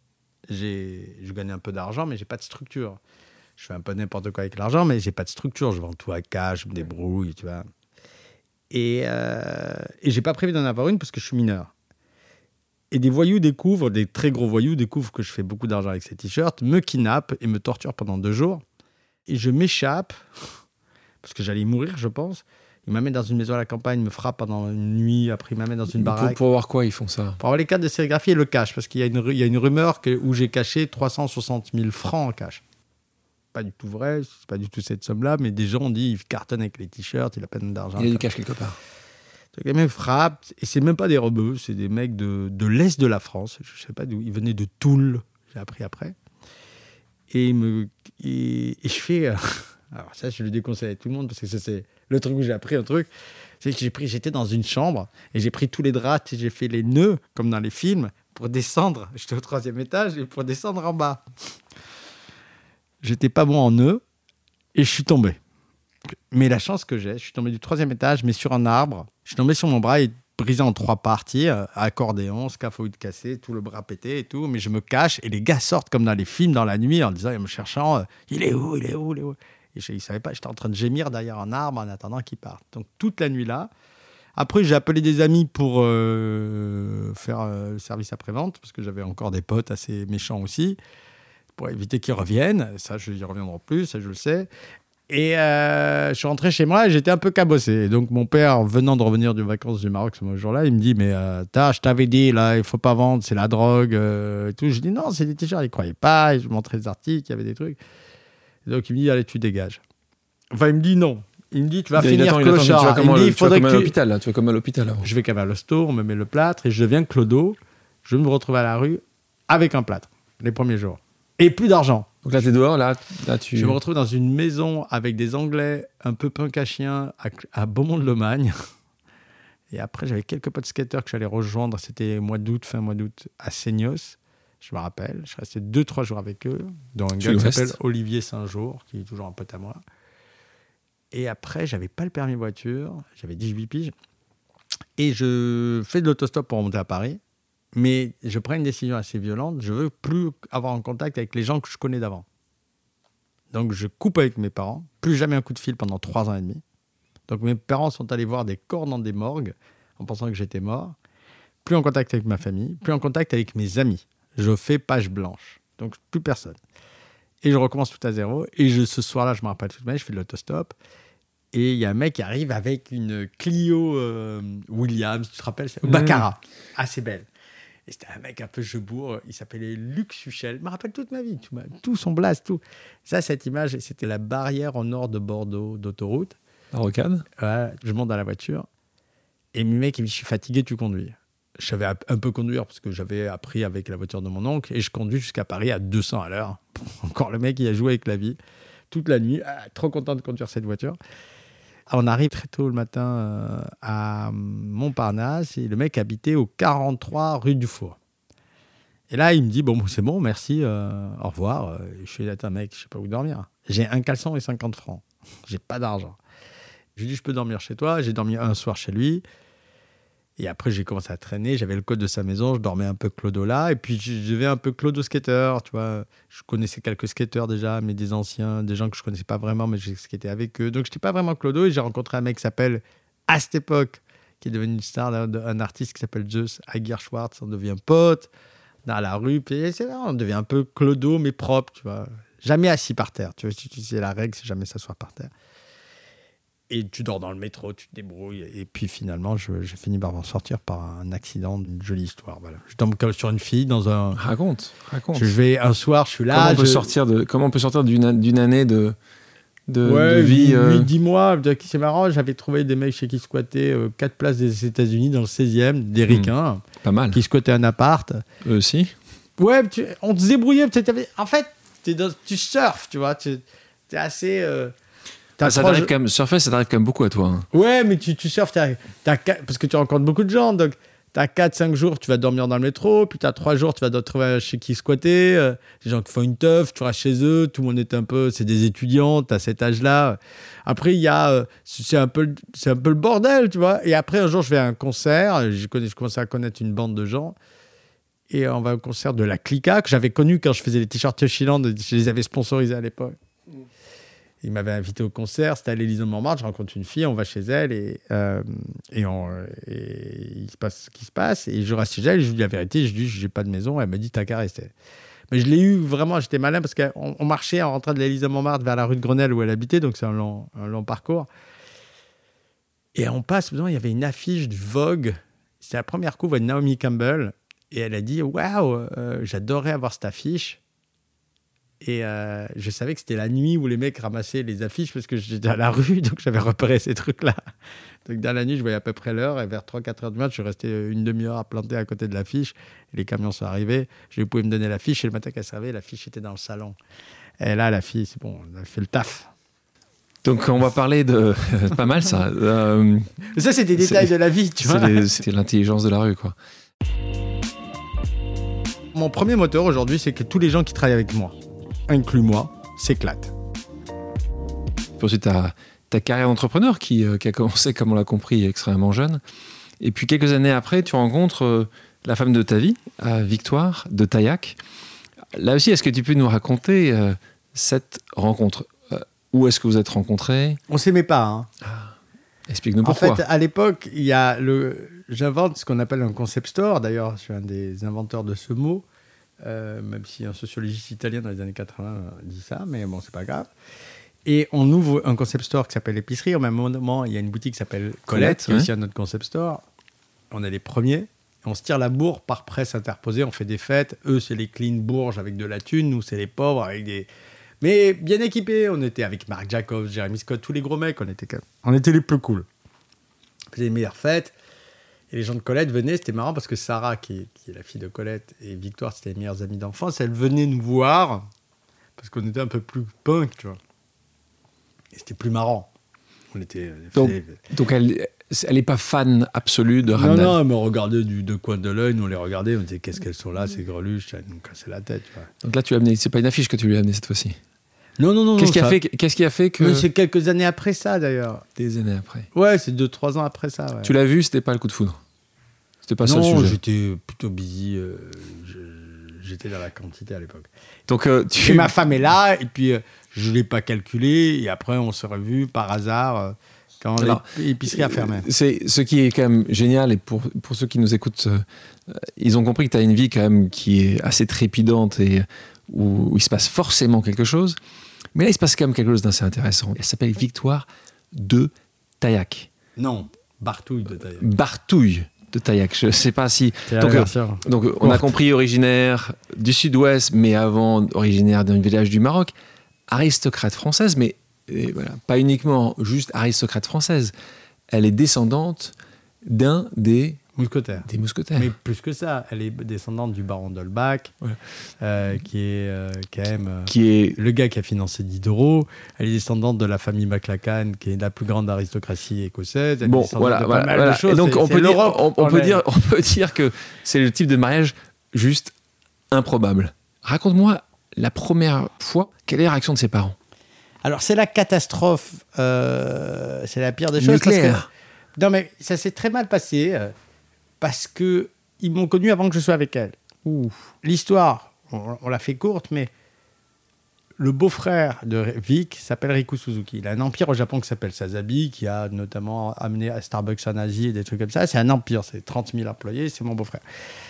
J'ai... Je gagne un peu d'argent, mais j'ai pas de structure. Je fais un peu n'importe quoi avec l'argent, mais j'ai pas de structure. Je vends tout à cash, je me débrouille, tu vois. Et, euh... et j'ai pas prévu d'en avoir une parce que je suis mineur. Et des voyous découvrent, des très gros voyous découvrent que je fais beaucoup d'argent avec ces t-shirts, me kidnappent et me torturent pendant deux jours. Et je m'échappe... parce que j'allais mourir, je pense. Il m'amène dans une maison à la campagne, me frappe pendant une nuit, après il m'amène dans une baraque. Pour, pour avoir quoi, ils font ça ? Pour avoir les cartes de sérigraphie et le cash, parce qu'il y a une, il y a une rumeur que, où j'ai caché trois cent soixante mille francs en cash. Pas du tout vrai, c'est pas du tout cette somme-là, mais des gens ont dit il cartonne avec les t-shirts, il a peine d'argent. Il y a du cash quelque part. Donc les mecs frappent, et c'est même pas des rebeux, c'est des mecs de, de l'Est de la France, je sais pas d'où, ils venaient de Toul, j'ai appris après. Et, me, et, et je fais... Alors ça, je le déconseille à tout le monde parce que ça, c'est le truc où j'ai appris un truc. C'est que j'ai pris, j'étais dans une chambre et j'ai pris tous les draps et j'ai fait les nœuds, comme dans les films, pour descendre. J'étais au troisième étage et pour descendre en bas. J'étais pas bon en nœuds et je suis tombé. Mais la chance que j'ai, je suis tombé du troisième étage, mais sur un arbre. Je suis tombé sur mon bras et brisé en trois parties, accordéon, scaphoïde cassé, tout le bras pété et tout. Mais je me cache et les gars sortent comme dans les films dans la nuit en disant, en me cherchant, il est où, il est où, il est où. Et je ne savais pas, j'étais en train de gémir derrière un arbre en attendant qu'il parte. Donc toute la nuit là. Après, j'ai appelé des amis pour euh, faire euh, le service après-vente, parce que j'avais encore des potes assez méchants aussi, pour éviter qu'ils reviennent. Ça, je n'y reviendrai plus, ça, je le sais. Et euh, je suis rentré chez moi et j'étais un peu cabossé. Et donc mon père, venant de revenir de vacances du Maroc ce jour-là, il me dit, mais euh, je t'avais dit, là, il ne faut pas vendre, c'est la drogue. Euh, et tout. Je dis, non, c'est des t-shirts. Il ne croyait pas. Et je lui montrais des articles, il y avait des trucs. Donc il me dit, allez, tu dégages. Enfin, il me dit non. Il me dit, tu vas il finir attend, clochard. Tu vas comme, il me dit, il faudrait tu vas comme à l'hôpital, là. Tu vas comme à l'hôpital. Là. Je vais comme à l'hosto, on me met le plâtre et je deviens clodo. Je me retrouve à la rue avec un plâtre, les premiers jours. Et plus d'argent. Donc là, tu es dehors, là, là tu... Je me retrouve dans une maison avec des Anglais un peu punk à chien à, à Beaumont-de-Lomagne. Et après, j'avais quelques potes skateurs que j'allais rejoindre. C'était mois d'août, fin mois d'août, à Seignos. Je me rappelle, je restais deux, trois jours avec eux, dont un gars qui s'appelle Olivier Saint-Jour, qui est toujours un pote à moi. Et après, j'avais pas le permis voiture, j'avais dix-huit piges. Et je fais de l'autostop pour remonter à Paris. Mais je prends une décision assez violente. Je veux plus avoir en contact avec les gens que je connais d'avant. Donc, je coupe avec mes parents. Plus jamais un coup de fil pendant trois ans et demi. Donc, mes parents sont allés voir des corps dans des morgues en pensant que j'étais mort. Plus en contact avec ma famille. Plus en contact avec mes amis. Je fais page blanche. Donc, plus personne. Et je recommence tout à zéro. Et je, ce soir-là, je me rappelle toute ma vie, je fais de l'autostop. Et il y a un mec qui arrive avec une Clio euh, Williams, tu te rappelles ça ? Baccarat. Assez belle. Et c'était un mec un peu jebourg, il s'appelait Luc Suchel. Je me rappelle toute ma vie, tout, tout son blast, tout. Ça, cette image, c'était la barrière au nord de Bordeaux d'autoroute. La rocade. Ouais, je monte dans la voiture. Et le mec, il me dit, je suis fatigué, tu conduis. Je savais un peu conduire parce que j'avais appris avec la voiture de mon oncle. Et je conduis jusqu'à Paris à deux cents à l'heure. Encore le mec, il a joué avec la vie toute la nuit. Ah, trop content de conduire cette voiture. On arrive très tôt le matin euh, à Montparnasse et le mec habitait au quarante-trois rue du Four. Et là, il me dit, bon, c'est bon, merci, euh, au revoir. Je suis là, attends, mec, je sais pas où dormir. J'ai un caleçon et cinquante francs. J'ai pas d'argent. Je lui dis, je peux dormir chez toi. J'ai dormi un soir chez lui. Et après, j'ai commencé à traîner. J'avais le code de sa maison. Je dormais un peu clodo là. Et puis, je devais un peu clodo skater. Tu vois, je connaissais quelques skateurs déjà, mais des anciens, des gens que je connaissais pas vraiment, mais j'ai skaté avec eux. Donc, je n'étais pas vraiment clodo. Et j'ai rencontré un mec qui s'appelle, à cette époque, qui est devenu une star, un artiste qui s'appelle Zeus Aguirre Schwartz. On devient pote dans la rue. Puis, c'est là, on devient un peu clodo, mais propre. Tu vois, jamais assis par terre. Tu vois, c'est la règle, c'est jamais s'asseoir par terre. Et tu dors dans le métro, tu te débrouilles. Et puis finalement, je, j'ai fini par m'en sortir par un accident, une jolie histoire. Voilà. Je tombe sur une fille dans un... Raconte, raconte. Je vais un soir, je suis là... Comment on peut je... sortir, de, comment on peut sortir d'une, d'une année de, de, ouais, de vie euh... huit dix mois. C'est marrant, j'avais trouvé des mecs chez qui squattaient euh, quatre places des États-Unis dans le seizième, des ricains. Mmh, pas mal. Qui squattaient un appart. Eux aussi. Ouais, tu, on se débrouillait. En fait, t'es dans, tu surfes, tu vois. Tu es assez... Euh... Ah, ça t'arrive quand même, surfer, ça t'arrive quand même beaucoup à toi. Hein. Ouais, mais tu, tu surfes, t'as, t'as, parce que tu rencontres beaucoup de gens. Donc, t'as quatre cinq jours, tu vas dormir dans le métro. Puis, t'as trois jours, tu vas te trouver chez qui squatter. Euh, des gens qui font une teuf, tu restes chez eux. Tout le monde est un peu. C'est des étudiants, t'as cet âge-là. Après, il y a. Euh, c'est, un peu, c'est un peu le bordel, tu vois. Et après, un jour, je vais à un concert. Je, connais, je commençais à connaître une bande de gens. Et on va au concert de la Clica, que j'avais connu quand je faisais les t-shirts Yoshilande. Je les avais sponsorisés à l'époque. Mm. Il m'avait invité au concert, c'était à l'Élysée de Montmartre, je rencontre une fille, on va chez elle et, euh, et, on, et il se passe ce qui se passe. Et je reste chez elle, je lui dis la vérité, je lui dis j'ai pas de maison, elle m'a dit t'as qu'à rester. Mais je l'ai eu vraiment, j'étais malin parce qu'on on marchait en rentrant de l'Élysée de Montmartre vers la rue de Grenelle où elle habitait, donc c'est un long, un long parcours. Et on passe, il y avait une affiche du Vogue, c'était la première couve de Naomi Campbell, et elle a dit waouh, euh, j'adorerais avoir cette affiche. Et euh, je savais que c'était la nuit où les mecs ramassaient les affiches parce que j'étais à la rue, donc j'avais repéré ces trucs-là. Donc dans la nuit, je voyais à peu près l'heure et vers trois quatre heures du matin, je suis resté une demi-heure à planter à côté de l'affiche. Et les camions sont arrivés. Je lui pouvais me donner l'affiche et le matin qu'elle se réveillait, l'affiche était dans le salon. Et là, la fille, c'est bon, elle a fait le taf. Donc on va parler de... pas mal ça. Euh... Ça, c'est des détails c'est... de la vie, tu c'est vois. Les... C'était l'intelligence de la rue, quoi. Mon premier moteur aujourd'hui, c'est que tous les gens qui travaillent avec moi, inclus moi, s'éclate. Ensuite, ta, ta carrière d'entrepreneur qui, euh, qui a commencé, comme on l'a compris, extrêmement jeune. Et puis, quelques années après, tu rencontres euh, la femme de ta vie, euh, Victoire de Taillac. Là aussi, est-ce que tu peux nous raconter euh, cette rencontre ? euh, Où est-ce que vous êtes rencontrés ? On ne s'aimait pas. Hein. Ah, explique-nous pourquoi. En fait, à l'époque, il y a le... j'invente ce qu'on appelle un concept store. D'ailleurs, je suis un des inventeurs de ce mot. Euh, même si un sociologiste italien dans les années quatre-vingts dit ça, mais bon, c'est pas grave. Et on ouvre un concept store qui s'appelle Épicerie. Au même moment, il y a une boutique qui s'appelle Colette, Colette qui est ouais. aussi un autre concept store. On est les premiers. On se tire la bourre par presse interposée. On fait des fêtes. Eux, c'est les clean bourges avec de la thune. Nous, c'est les pauvres avec des... Mais bien équipés. On était avec Marc Jacobs, Jeremy Scott, tous les gros mecs. On était, on était les plus cool. On faisait les meilleures fêtes. Et les gens de Colette venaient, c'était marrant parce que Sarah, qui est, qui est la fille de Colette, et Victoire, c'était les meilleures amies d'enfance, elles venaient nous voir parce qu'on était un peu plus punk, tu vois. Et c'était plus marrant. On était... Donc, fait... donc elle n'est pas fan absolue de Ramdane. Non, non, mais on regardait du deux coins de l'œil, nous on les regardait, on disait qu'est-ce qu'elles sont là, ces greluches, ça nous cassait la tête. Tu vois. Donc là, tu as amené, c'est pas une affiche que tu lui as amenée cette fois-ci. Non, non, non. Qu'est-ce non, qui a ça... fait, qu'est-ce qui a fait que... Mais c'est quelques années après ça, d'ailleurs. Des années après. Ouais, c'est deux, trois ans après ça. Ouais. Tu l'as vu, c'était pas le coup de foudre. C'était pas ça le Non, sujet. j'étais plutôt busy. Euh, je... J'étais dans la quantité à l'époque. Donc, euh, tu... Et ma femme est là, et puis euh, je ne l'ai pas calculé, et après on s'est revus par hasard euh, quand Alors, l'épicerie a fermé. C'est ce qui est quand même génial, et pour, pour ceux qui nous écoutent, euh, ils ont compris que tu as une vie quand même qui est assez trépidante et où, où il se passe forcément quelque chose. Mais là, il se passe quand même quelque chose d'assez intéressant. Elle s'appelle Victoire de Taillac. Non, Bartouille de Taillac. Bartouille de Taillac. Je ne sais pas si... Donc, euh, donc, on a compris originaire du sud-ouest, mais avant originaire d'un village du Maroc. Aristocrate française, mais et voilà, pas uniquement juste aristocrate française. Elle est descendante d'un des... Mousquetaires. Des mousquetaires. Mais plus que ça, elle est descendante du baron d'Holbach, ouais. euh, qui est euh, quand même euh, qui est... le gars qui a financé Diderot. Elle est descendante de la famille MacLachlan, qui est la plus grande aristocratie écossaise. Elle bon, est voilà, de voilà, pas mal voilà. de choses. Et donc, c'est, on, c'est peut dire, on, on, peut elle. dire, on peut dire que c'est le type de mariage juste improbable. Raconte-moi la première fois, quelle est la réaction de ses parents ? Alors, c'est la catastrophe. Euh, c'est la pire des choses. Nucléaire. Parce que, non, mais ça s'est très mal passé. Euh, Parce qu'ils m'ont connu avant que je sois avec elle. Ouh. L'histoire, on, on l'a fait courte, mais le beau-frère de Vic s'appelle Riku Suzuki. Il a un empire au Japon qui s'appelle Sazabi, qui a notamment amené à Starbucks en Asie et des trucs comme ça. C'est un empire, c'est trente mille employés, c'est mon beau-frère.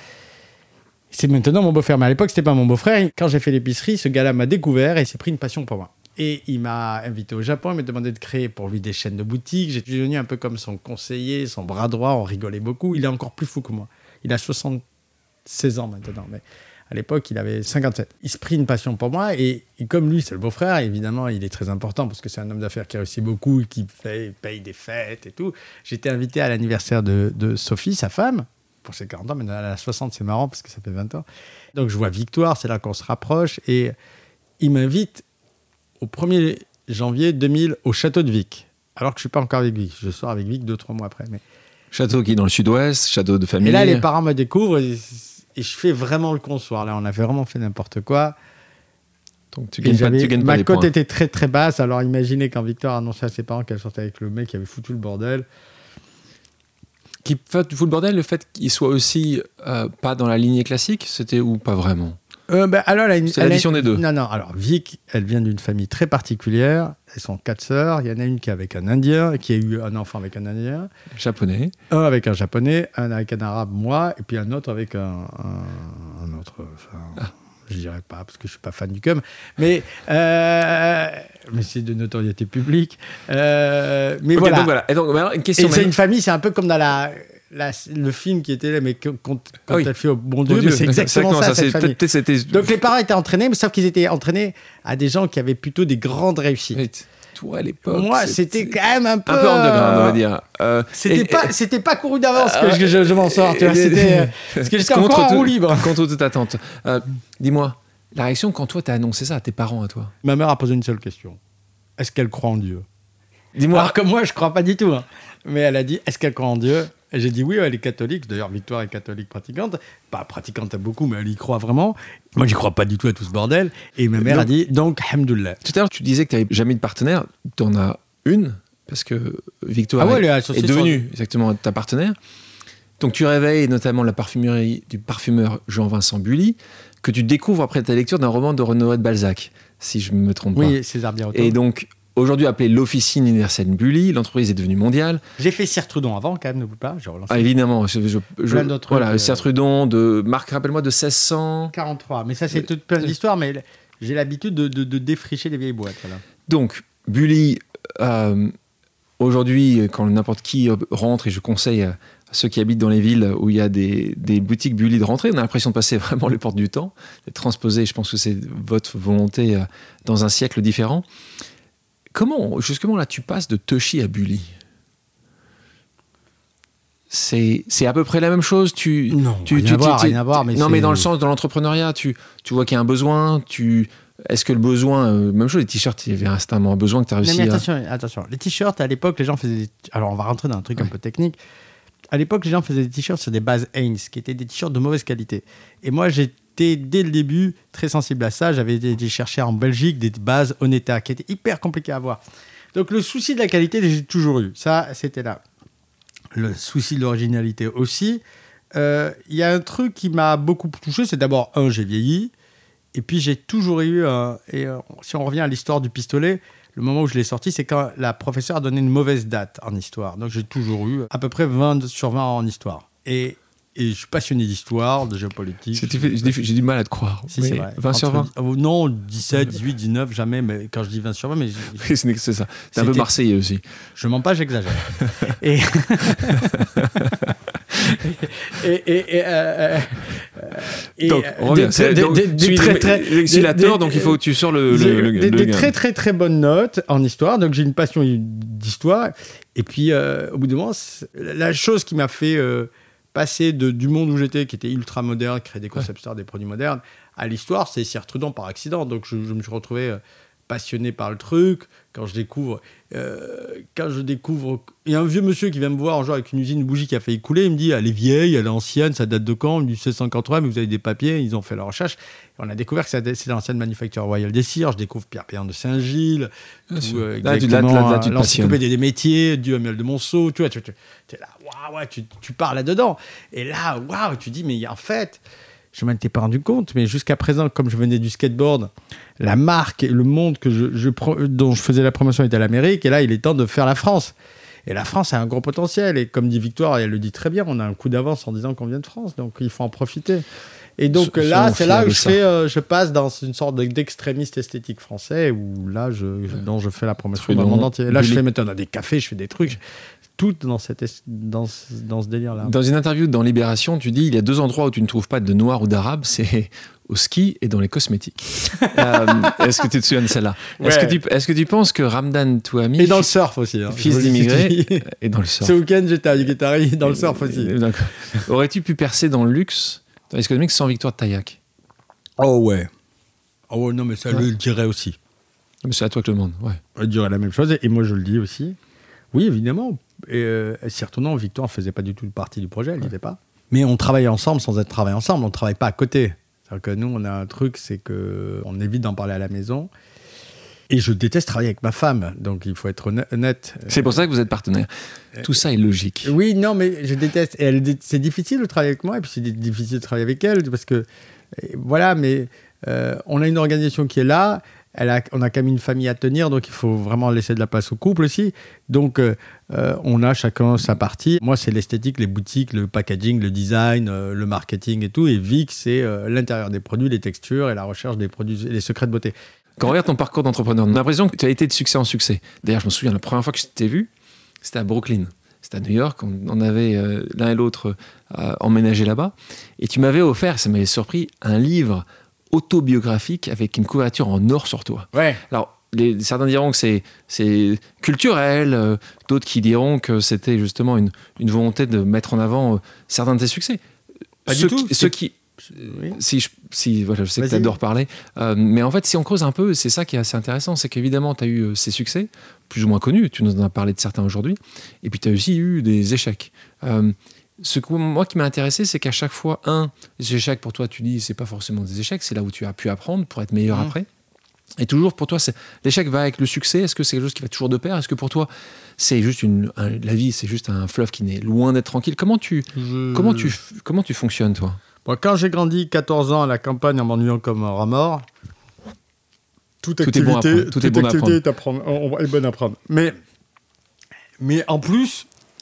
C'est maintenant mon beau-frère, mais à l'époque, c'était pas mon beau-frère. Quand j'ai fait l'épicerie, ce gars-là m'a découvert et s'est pris une passion pour moi. Et il m'a invité au Japon, il m'a demandé de créer pour lui des chaînes de boutiques. J'étais devenu un peu comme son conseiller, son bras droit, on rigolait beaucoup. Il est encore plus fou que moi. Il a soixante-seize ans maintenant, mais à l'époque, il avait cinquante-sept. Il se prit une passion pour moi, et, et comme lui, c'est le beau-frère, évidemment, il est très important, parce que c'est un homme d'affaires qui réussit beaucoup, qui fait, paye des fêtes et tout. J'étais invité à l'anniversaire de, de Sophie, sa femme, pour ses quarante ans, mais elle a soixante, c'est marrant, parce que ça fait vingt ans. Donc je vois Victoire, c'est là qu'on se rapproche, et il m'invite au premier janvier deux mille au château de Vic, alors que je ne suis pas encore avec Vic. Je sors avec Vic deux, trois mois après. Mais... Château qui est dans le sud-ouest, château de famille. Et là, les parents me découvrent et, et je fais vraiment le consoir. Là, on avait vraiment fait n'importe quoi. Donc tu gagnes pas, tu gagnes pas ma des cote points. était très très basse. Alors imaginez quand Victoire a annoncé à ses parents qu'elle sortait avec le mec qui avait foutu le bordel. Qui fait le bordel, le fait qu'il soit aussi euh, pas dans la lignée classique, c'était ou pas vraiment? Euh, ben, alors, elle a une, c'est elle l'addition a, des deux. Non, non. Alors, Vic, elle vient d'une famille très particulière. Elles sont quatre sœurs. Il y en a une qui est avec un Indien, qui a eu un enfant avec un Indien. Japonais. Un avec un Japonais, un avec un Arabe, moi, et puis un autre avec un, un, un autre... Enfin, ah. Je dirais pas, parce que je suis pas fan du cum. Mais, euh, mais c'est de notoriété publique. Euh, mais okay, voilà. Donc voilà. Et donc, alors, une question et c'est une famille, c'est un peu comme dans la... La, le film qui était là, mais quand, quand ah oui. elle fait au bon Dieu, bon Dieu. Mais c'est exactement ça, ça cette famille. C'était... Donc les parents étaient entraînés, mais sauf qu'ils étaient entraînés à des gens qui avaient plutôt des grandes réussites. Oui. Toi, à l'époque, moi, c'était, c'était quand même un peu... Un peu underground, on va dire. Euh, c'était, et, pas, et, c'était pas couru d'avance euh, que je, je, je m'en sors, tu vois. C'était, parce que j'étais encore en roue libre. Contre toute attente. Euh, dis-moi, la réaction quand toi, t'as annoncé ça à tes parents, à toi? Ma mère a posé une seule question. Est-ce qu'elle croit en Dieu? Dis-moi. Alors que moi, je crois pas du tout. Hein. Mais elle a dit, est-ce qu'elle croit en Dieu? Et j'ai dit oui, elle est catholique. D'ailleurs, Victoire est catholique pratiquante. Pas pratiquante à beaucoup, mais elle y croit vraiment. Moi, j'y crois pas du tout à tout ce bordel. Et ma mère donc, a dit, donc, hamdoullah. Tout à l'heure, tu disais que tu n'avais jamais de partenaire. Tu en as une, parce que Victoire ah ouais, est, est devenue sur... exactement ta partenaire. Donc, tu réveilles notamment la parfumerie du parfumeur Jean-Vincent Bully, que tu découvres après ta lecture d'un roman de Honoré de Balzac, si je ne me trompe oui, pas. Oui, César Birotteau. Et donc, aujourd'hui appelée l'Officine universelle Bully, l'entreprise est devenue mondiale. J'ai fait Sire Trudon avant, quand même, n'oublie pas. J'ai relancé. Ah, évidemment. Je, je, je, plein d'autres voilà, euh... Sire Trudon, de Marc, rappelle-moi, de seize cent quarante-trois. Mais ça, c'est toute plein d'histoires, mais j'ai l'habitude de, de, de défricher les vieilles boîtes. Voilà. Donc, Bully, euh, aujourd'hui, quand n'importe qui rentre, et je conseille à ceux qui habitent dans les villes où il y a des, des boutiques Bully de rentrer, on a l'impression de passer vraiment les portes du temps, d'être transposé. Je pense que c'est votre volonté euh, dans un siècle différent. Comment, justement, là, tu passes de Toshi à Bully? C'est, c'est à peu près la même chose. Tu, non, tu, rien, tu, à voir, tu, rien à voir. Mais non, c'est... mais dans le sens de l'entrepreneuriat, tu, tu vois qu'il y a un besoin. Tu, est-ce que le besoin, euh, même chose, les t-shirts, il y avait instamment un besoin que tu as réussi non, mais à... attention, attention, les t-shirts, à l'époque, les gens faisaient des... Alors, on va rentrer dans un truc ouais. un peu technique. À l'époque, les gens faisaient des t-shirts sur des bases Hanes, qui étaient des t-shirts de mauvaise qualité. Et moi, j'ai j'étais dès le début très sensible à ça. J'avais été chercher en Belgique des bases Oneta qui étaient hyper compliquées à avoir. Donc le souci de la qualité, j'ai toujours eu. Ça, c'était là. Le souci de l'originalité aussi. Il euh, y a un truc qui m'a beaucoup touché, c'est d'abord, un, j'ai vieilli. Et puis j'ai toujours eu, euh, et euh, si on revient à l'histoire du pistolet, le moment où je l'ai sorti, c'est quand la professeure a donné une mauvaise date en histoire. Donc j'ai toujours eu à peu près vingt sur vingt en histoire. Et, et je suis passionné d'histoire, de géopolitique. Fait, j'ai, j'ai du mal à te croire. Si, c'est vrai. vingt sur vingt euh, Non, dix-sept, dix-huit, dix-neuf, jamais. Mais quand je dis vingt sur vingt, mais j'ai... c'est ça. T'es un peu marseillais aussi. Je mens pas, j'exagère. et... et, et, et, euh, et donc, on revient. Des, des, des, des, très, très, des, la tort, donc il faut que tu sors le, le, le, des, le des très très très bonnes notes en histoire. Donc j'ai une passion d'histoire. Et puis euh, au bout d'un moment, la chose qui m'a fait euh, passer de, du monde où j'étais, qui était ultra moderne, créer des concept stores, des produits modernes, à l'histoire, c'est Sire Trudon par accident. Donc je, je me suis retrouvé euh, passionné par le truc. Quand je découvre, euh, quand je découvre, il y a un vieux monsieur qui vient me voir un jour avec une usine de bougies qui a failli couler. Il me dit, elle est vieille, elle est ancienne, ça date de quand? Il me dit seize cent quatre-vingts, mais vous avez des papiers. Ils ont fait leur recherche. Et on a découvert que c'est l'ancienne manufacture royale des cires. Je découvre Pierre Péan de Saint-Gilles, tout, euh, là, tu, là, là, là, tu l'encyclopédie des métiers, Duhamel de Monceau. Tu vois, tu, tu, tu es là, waouh, ouais, tu, tu pars là-dedans. Et là, waouh, tu dis, mais en fait. Je ne m'en étais pas rendu compte, mais jusqu'à présent, comme je venais du skateboard, la marque et le monde que je, je, dont je faisais la promotion était l'Amérique, et là, il est temps de faire la France. Et la France a un gros potentiel, et comme dit Victoire, elle le dit très bien, on a un coup d'avance en disant qu'on vient de France, donc il faut en profiter. Et donc so, là, c'est là que je, fais, euh, je passe dans une sorte d'extrémiste esthétique français, où là, je, je, dont je fais la promotion dans le monde entier. Là, je fais maintenant des cafés, je fais des trucs... tout dans, cette, dans, ce, dans ce délire-là. Dans une interview dans Libération, tu dis il y a deux endroits où tu ne trouves pas de noir ou d'arabe, c'est au ski et dans les cosmétiques. euh, est-ce que tu te souviens de celle-là? Ouais. Est-ce que tu, est-ce que tu penses que Ramdan Touhami... Et dans le surf aussi. Hein. Fils d'immigrés. Et dans le surf. Ce week-end, j'étais à Guétari, dans le surf aussi. Aurais-tu pu percer dans le luxe, dans les cosmétiques, sans Victoire de Taillac? Oh ouais. Oh ouais, non, mais ça, ouais. Je le dirais aussi. Mais c'est à toi que je le demande, ouais. Je dirais la même chose, et moi, je le dis aussi. Oui, évidemment. Et euh, s'y retournant, Victoire ne faisait pas du tout partie du projet, elle n'y ouais. était pas. Mais on travaillait ensemble sans être travaillé ensemble, on ne travaille pas à côté. C'est-à-dire que nous, on a un truc, c'est qu'on évite d'en parler à la maison. Et je déteste travailler avec ma femme, donc il faut être honnête. C'est pour ça que vous êtes partenaire. Euh, Tout ça est logique. Oui, non, mais je déteste. Et elle, c'est difficile de travailler avec moi, et puis c'est difficile de travailler avec elle, parce que, voilà, mais euh, on a une organisation qui est là. Elle a, on a quand même une famille à tenir, donc il faut vraiment laisser de la place au couple aussi. Donc, euh, on a chacun sa partie. Moi, c'est l'esthétique, les boutiques, le packaging, le design, euh, le marketing et tout. Et Vic, c'est euh, l'intérieur des produits, les textures et la recherche des produits, les secrets de beauté. Quand on regarde ton parcours d'entrepreneur, on a l'impression que tu as été de succès en succès. D'ailleurs, je me souviens, la première fois que je t'ai vu, c'était à Brooklyn. C'était à New York. On, on avait euh, l'un et l'autre euh, emménagé là-bas. Et tu m'avais offert, ça m'avait surpris, un livre autobiographique avec une couverture en or sur toi. Ouais. Alors, les, certains diront que c'est, c'est culturel, euh, d'autres qui diront que c'était justement une, une volonté de mettre en avant euh, certains de tes succès. Pas ceux du tout. Qui, ceux qui, oui. si, je, si voilà, je sais Vas-y. Que tu adores parler, euh, mais en fait, si on creuse un peu, c'est ça qui est assez intéressant, c'est qu'évidemment, tu as eu euh, ces succès, plus ou moins connus, tu nous en as parlé de certains aujourd'hui, et puis tu as aussi eu des échecs. Euh, Ce que moi qui m'a intéressé, c'est qu'à chaque fois, un, les échecs pour toi, tu dis, c'est pas forcément des échecs, c'est là où tu as pu apprendre pour être meilleur mmh. après. Et toujours pour toi, c'est, l'échec va avec le succès. Est-ce que c'est quelque chose qui va toujours de pair? Est-ce que pour toi, c'est juste une, un, la vie, c'est juste un fleuve qui n'est loin d'être tranquille? Comment tu, Je... comment tu, comment tu fonctionnes, toi? Bon, quand j'ai grandi quatorze ans à la campagne en m'ennuyant comme un rat mort, toute tout activité, est bon à tout toute est bon activité à est, apprendre, on, est bonne à prendre. Mais, mais en plus,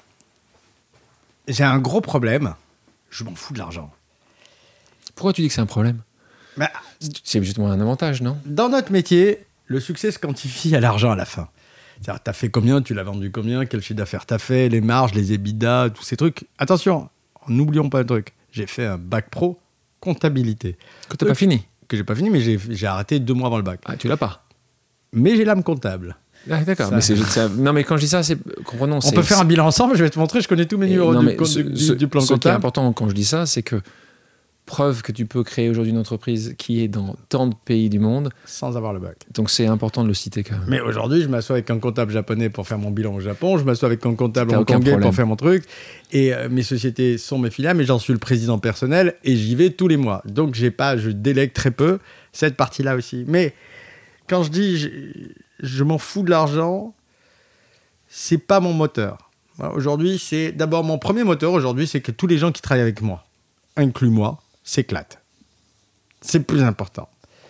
j'ai un gros problème. Je m'en fous de l'argent. Pourquoi tu dis que c'est un problème? bah, C'est justement un avantage, non? Dans notre métier, le succès se quantifie à l'argent à la fin. C'est-à-dire, t'as fait combien, tu l'as vendu combien, quel chiffre d'affaires t'as fait, les marges, les EBITDA, tous ces trucs. Attention, n'oublions pas un truc. J'ai fait un bac pro comptabilité. Que t'as pas fini? Que j'ai pas fini, mais j'ai, j'ai arrêté deux mois avant le bac. Ah, tu l'as pas? Mais j'ai l'âme comptable. Ah, d'accord, ça... mais c'est, c'est, non mais quand je dis ça, c'est comprenons. On c'est, peut faire c'est... un bilan ensemble. Je vais te montrer. Je connais tous mes numéros non, du, ce, du, ce, du plan ce comptable. Ce qui est important quand je dis ça, c'est que preuve que tu peux créer aujourd'hui une entreprise qui est dans tant de pays du monde. Sans avoir le bac. Donc c'est important de le citer quand même. Mais aujourd'hui, je m'assois avec un comptable japonais pour faire mon bilan au Japon, je m'assois avec un comptable hongkongais pour faire mon truc, et euh, mes sociétés sont mes filiales, mais j'en suis le président personnel, et j'y vais tous les mois. Donc j'ai pas, je délègue très peu cette partie-là aussi. Mais quand je dis je, je m'en fous de l'argent, c'est pas mon moteur. Aujourd'hui, c'est d'abord mon premier moteur, aujourd'hui, c'est que tous les gens qui travaillent avec moi, inclus moi, s'éclatent. C'est le plus important.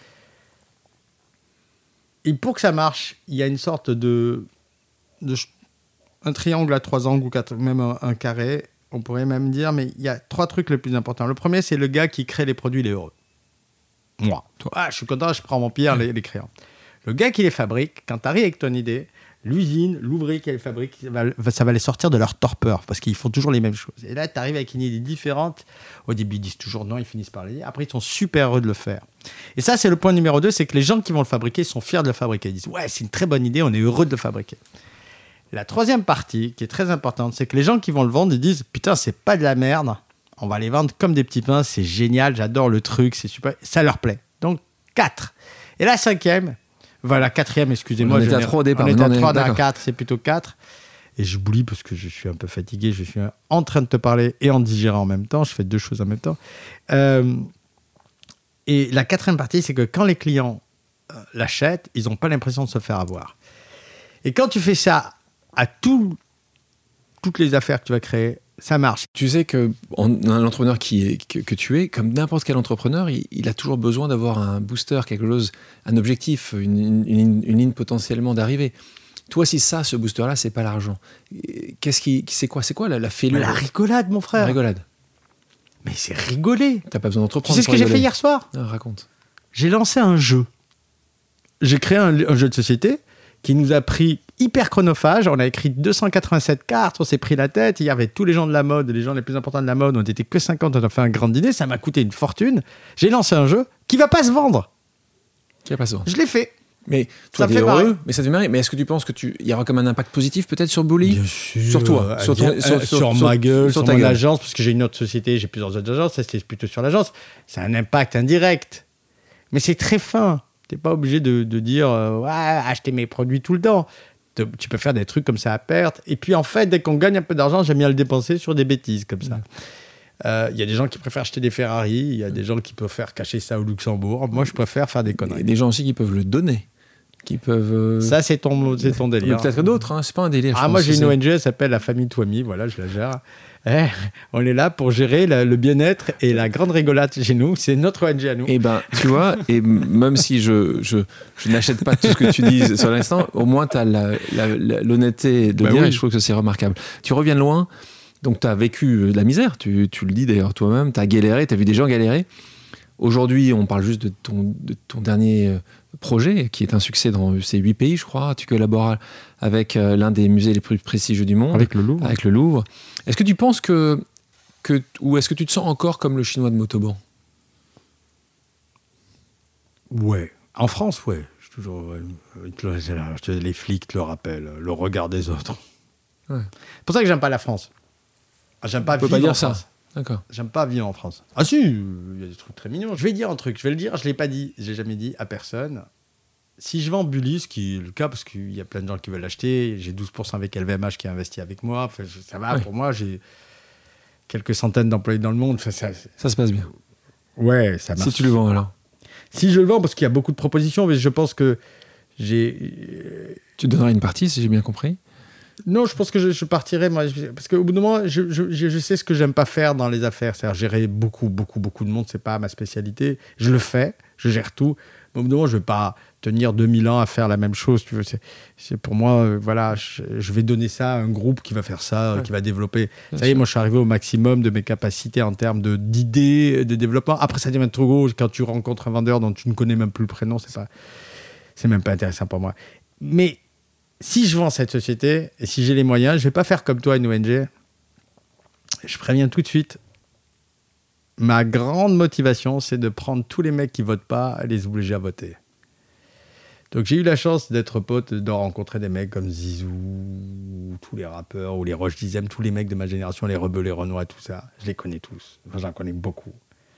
Et pour que ça marche, il y a une sorte de, de un triangle à trois angles ou quatre, même un, un carré, on pourrait même dire, mais il y a trois trucs les plus importants. Le premier, c'est le gars qui crée les produits, il est heureux. Moi. Toi. Ah, je suis content, je prends mon pierre, les, les créants. Le gars qui les fabrique, quand tu arrives avec ton idée, l'usine, l'ouvrier qui les fabrique, ça va, ça va les sortir de leur torpeur, parce qu'ils font toujours les mêmes choses. Et là, tu arrives avec une idée différente. Au début, ils disent toujours non, ils finissent par le dire. Après, ils sont super heureux de le faire. Et ça, c'est le point numéro deux, c'est que les gens qui vont le fabriquer sont fiers de le fabriquer. Ils disent ouais, c'est une très bonne idée, on est heureux de le fabriquer. La troisième partie, qui est très importante, c'est que les gens qui vont le vendre, ils disent putain, c'est pas de la merde, on va les vendre comme des petits pains, c'est génial, j'adore le truc, c'est super, ça leur plaît. Donc, quatre. Et la cinquième, voilà, quatrième, excusez-moi. On était à trois au départ. On était à trois, on est à quatre, c'est plutôt quatre. Et j'oublie parce que je suis un peu fatigué, je suis en train de te parler et en digérant en même temps. Je fais deux choses en même temps. Euh, et la quatrième partie, c'est que quand les clients euh, l'achètent, ils n'ont pas l'impression de se faire avoir. Et quand tu fais ça à tout, toutes les affaires que tu vas créer, ça marche. Tu sais que l'entrepreneur qui est, que, que tu es, comme n'importe quel entrepreneur, il, il a toujours besoin d'avoir un booster, quelque chose, un objectif, une, une, une, une ligne potentiellement d'arrivée. Toi, si ça, ce booster-là, c'est pas l'argent, qu'est-ce qui, c'est quoi, c'est quoi la, la fêlure ? La rigolade, mon frère. La rigolade. Mais c'est rigoler. T'as pas besoin Tu d'entreprendre. sais ce que j'ai fait hier soir ? Ah, raconte. J'ai lancé un jeu. J'ai créé un, un jeu de société qui nous a pris hyper chronophage. On a écrit deux cent quatre-vingt-sept cartes, on s'est pris la tête. Il y avait tous les gens de la mode, les gens les plus importants de la mode. On n'était que cinquante, on a fait un grand dîner. Ça m'a coûté une fortune. J'ai lancé un jeu qui va pas se vendre. Qui va pas se vendre. Je l'ai fait. Mais toi, t'es heureux, mais ça te fait marrer. Mais est-ce que tu penses qu'il y aura comme un impact positif peut-être sur Bully ? Bien sûr. Sur toi, sur, ton, euh, sur, sur, sur, sur ma gueule, sur, sur, sur mon gueule. agence, parce que j'ai une autre société, j'ai plusieurs autres agences. Ça, c'était plutôt sur l'agence. C'est un impact indirect. Mais c'est très fin. T'es pas obligé de, de dire euh, ouais, acheter mes produits tout le temps. Tu peux faire des trucs comme ça à perte. Et puis, en fait, dès qu'on gagne un peu d'argent, j'aime bien le dépenser sur des bêtises comme ça. Il euh, y a des gens qui préfèrent acheter des Ferrari. Il y a des gens qui préfèrent cacher ça au Luxembourg. Moi, je préfère faire des conneries. Il y a des gens aussi qui peuvent le donner. Qui peuvent... Euh... Ça, c'est ton, c'est ton délire. Mais peut-être d'autres. Hein. C'est pas un délire. Ah, moi, j'ai une O N G, elle s'appelle la Famille Twami. Voilà, je la gère. Eh, on est là pour gérer la, le bien-être et la grande rigolade chez nous. C'est notre O N G à nous. Et ben, tu vois, et même si je, je, je n'achète pas tout ce que tu dis sur l'instant, au moins tu as la, la, la, l'honnêteté de bah dire, oui. Et je trouve que c'est remarquable. Tu reviens de loin, donc tu as vécu de la misère, tu, tu le dis d'ailleurs toi-même, tu as galéré, tu as vu des gens galérer. Aujourd'hui, on parle juste de ton, de ton dernier projet, qui est un succès dans ces huit pays, je crois. Tu collabores avec l'un des musées les plus prestigieux du monde. Avec le Louvre. Avec le Louvre. Est-ce que tu penses que, que... Ou est-ce que tu te sens encore comme le Chinois de Montauban ? Ouais. En France, ouais. Je toujours, les flics te le rappellent, le regard des autres. Ouais. C'est pour ça que j'aime pas la France. J'aime pas vivre pas en dire France. Ça. D'accord. J'aime pas vivre en France. Ah si, il y a des trucs très mignons. Je vais dire un truc, je vais le dire, je l'ai pas dit, j'ai jamais dit à personne. Si je vends Bully, ce qui est le cas, parce qu'il y a plein de gens qui veulent l'acheter, j'ai douze pour cent avec L V M H qui a investi avec moi, enfin, ça va, ouais. Pour moi, j'ai quelques centaines d'employés dans le monde. Enfin, ça, ça se passe bien. Ouais, ça marche. Si tu le vends alors ? Si je le vends, parce qu'il y a beaucoup de propositions, mais je pense que j'ai... Tu donneras une partie, si j'ai bien compris ? Non, je pense que je, je partirai, moi, parce qu'au bout d'un moment, je, je, je sais ce que j'aime pas faire dans les affaires, c'est-à-dire gérer beaucoup, beaucoup, beaucoup de monde, c'est pas ma spécialité. Je le fais, je gère tout, mais au bout d'un moment, je vais pas tenir deux mille ans à faire la même chose. Tu veux, c'est, c'est pour moi, euh, voilà, je, je vais donner ça à un groupe qui va faire ça, ouais. Qui va développer. Bien ça y est, moi, je suis arrivé au maximum de mes capacités en termes de, d'idées, de développement. Après, ça devient trop gros quand tu rencontres un vendeur dont tu ne connais même plus le prénom, c'est pas, c'est même pas intéressant pour moi. Mais si je vends cette société et si j'ai les moyens, je ne vais pas faire comme toi une O N G. Je préviens tout de suite. Ma grande motivation, c'est de prendre tous les mecs qui ne votent pas et les obliger à voter. Donc j'ai eu la chance d'être pote, de rencontrer des mecs comme Zizou, tous les rappeurs, ou les Roche Dizem, tous les mecs de ma génération, les Rebeux, les Renois, tout ça. Je les connais tous. Enfin, j'en connais beaucoup.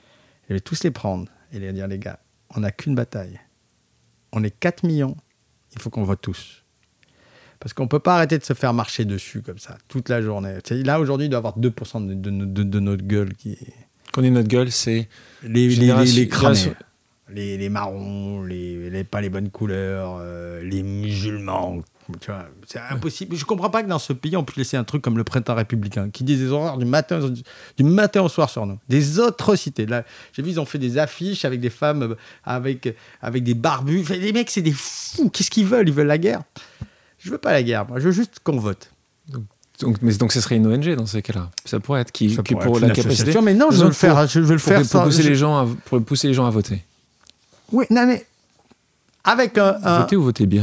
Je vais tous les prendre et les dire, les gars, on n'a qu'une bataille. On est quatre millions, il faut qu'on vote tous. Parce qu'on ne peut pas arrêter de se faire marcher dessus comme ça, toute la journée. Là, aujourd'hui, il doit y avoir deux pour cent de, de, de, de notre gueule qui... Quand on dit notre gueule, c'est... Les, les, les, les cramés, les, les marrons, les, les, pas les bonnes couleurs, euh, les musulmans. Tu vois, c'est impossible. Je ne comprends pas que dans ce pays, on puisse laisser un truc comme le printemps républicain, qui dit des horreurs du matin, du matin au soir sur nous. Des atrocités. Là, j'ai vu, ils ont fait des affiches avec des femmes, avec, avec des barbus. Enfin, les mecs, c'est des fous. Qu'est-ce qu'ils veulent ? Ils veulent la guerre ? Je ne veux pas la guerre, moi. Je veux juste qu'on vote. Donc, donc, mais donc, ce serait une O N G dans ces cas-là. Ça pourrait être qui, Ça qui pourrait pour être la capacité. Mais non, je veux le faire. Je veux le faire pour, sans... pousser je... les gens à, pour pousser les gens à voter. Oui, non, mais avec un, un... Voter ou voter bien ?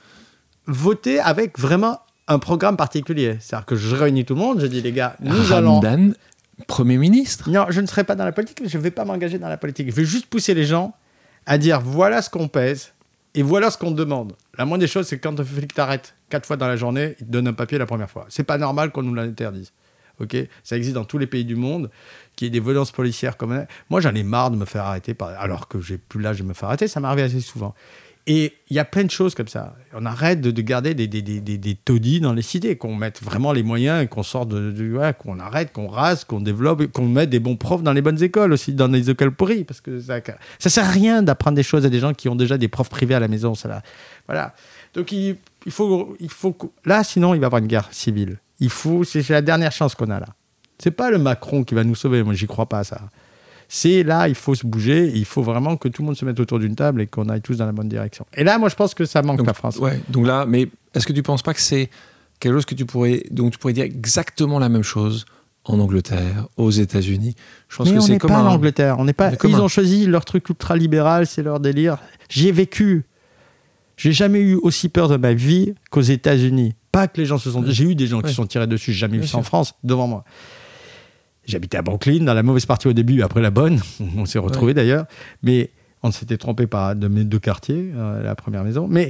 Voter avec vraiment un programme particulier. C'est-à-dire que je réunis tout le monde, je dis, les gars, nous Ramdan, allons... Ramdan, Premier ministre ? Non, je ne serai pas dans la politique, mais je ne vais pas m'engager dans la politique. Je vais juste pousser les gens à dire, voilà ce qu'on pèse et voilà ce qu'on demande. La moindre des choses, c'est que quand un flic t'arrête quatre fois dans la journée, il te donne un papier la première fois. C'est pas normal qu'on nous l'interdise. Okay, ça existe dans tous les pays du monde, qu'il y ait des violences policières comme... Moi, j'en ai marre de me faire arrêter, par... alors que j'ai plus l'âge de me faire arrêter, ça m'arrive assez souvent. Et il y a plein de choses comme ça. On arrête de, de garder des, des, des, des, des taudis dans les cités, qu'on mette vraiment les moyens et qu'on sorte de, de ouais, qu'on arrête, qu'on rase, qu'on développe, qu'on mette des bons profs dans les bonnes écoles aussi, dans les écoles pourries, parce que ça, ça sert à rien d'apprendre des choses à des gens qui ont déjà des profs privés à la maison. Ça là. Voilà. Donc il, il faut, il faut là, sinon il va y avoir une guerre civile. Il faut, c'est la dernière chance qu'on a là. C'est pas le Macron qui va nous sauver. Moi, j'y crois pas à ça. C'est là, il faut se bouger. Il faut vraiment que tout le monde se mette autour d'une table et qu'on aille tous dans la bonne direction. Et là, moi, je pense que ça manque donc, la France. Ouais. Donc là, mais est-ce que tu penses pas que c'est quelque chose que tu pourrais, donc tu pourrais dire exactement la même chose en Angleterre, aux États-Unis? Je pense mais que on c'est n'est comme pas un... en Angleterre. On n'est pas. Ils un... ont choisi leur truc ultra libéral, c'est leur délire. J'y ai vécu. J'ai jamais eu aussi peur de ma vie qu'aux États-Unis. Pas que les gens se sont... J'ai eu des gens qui ouais. se sont tirés dessus, j'ai jamais Bien vu ça sûr. en France, devant moi. J'habitais à Brooklyn, dans la mauvaise partie au début, après la bonne. On s'est retrouvés ouais. d'ailleurs. Mais on s'était trompé par de mes deux quartiers, euh, la première maison. Mais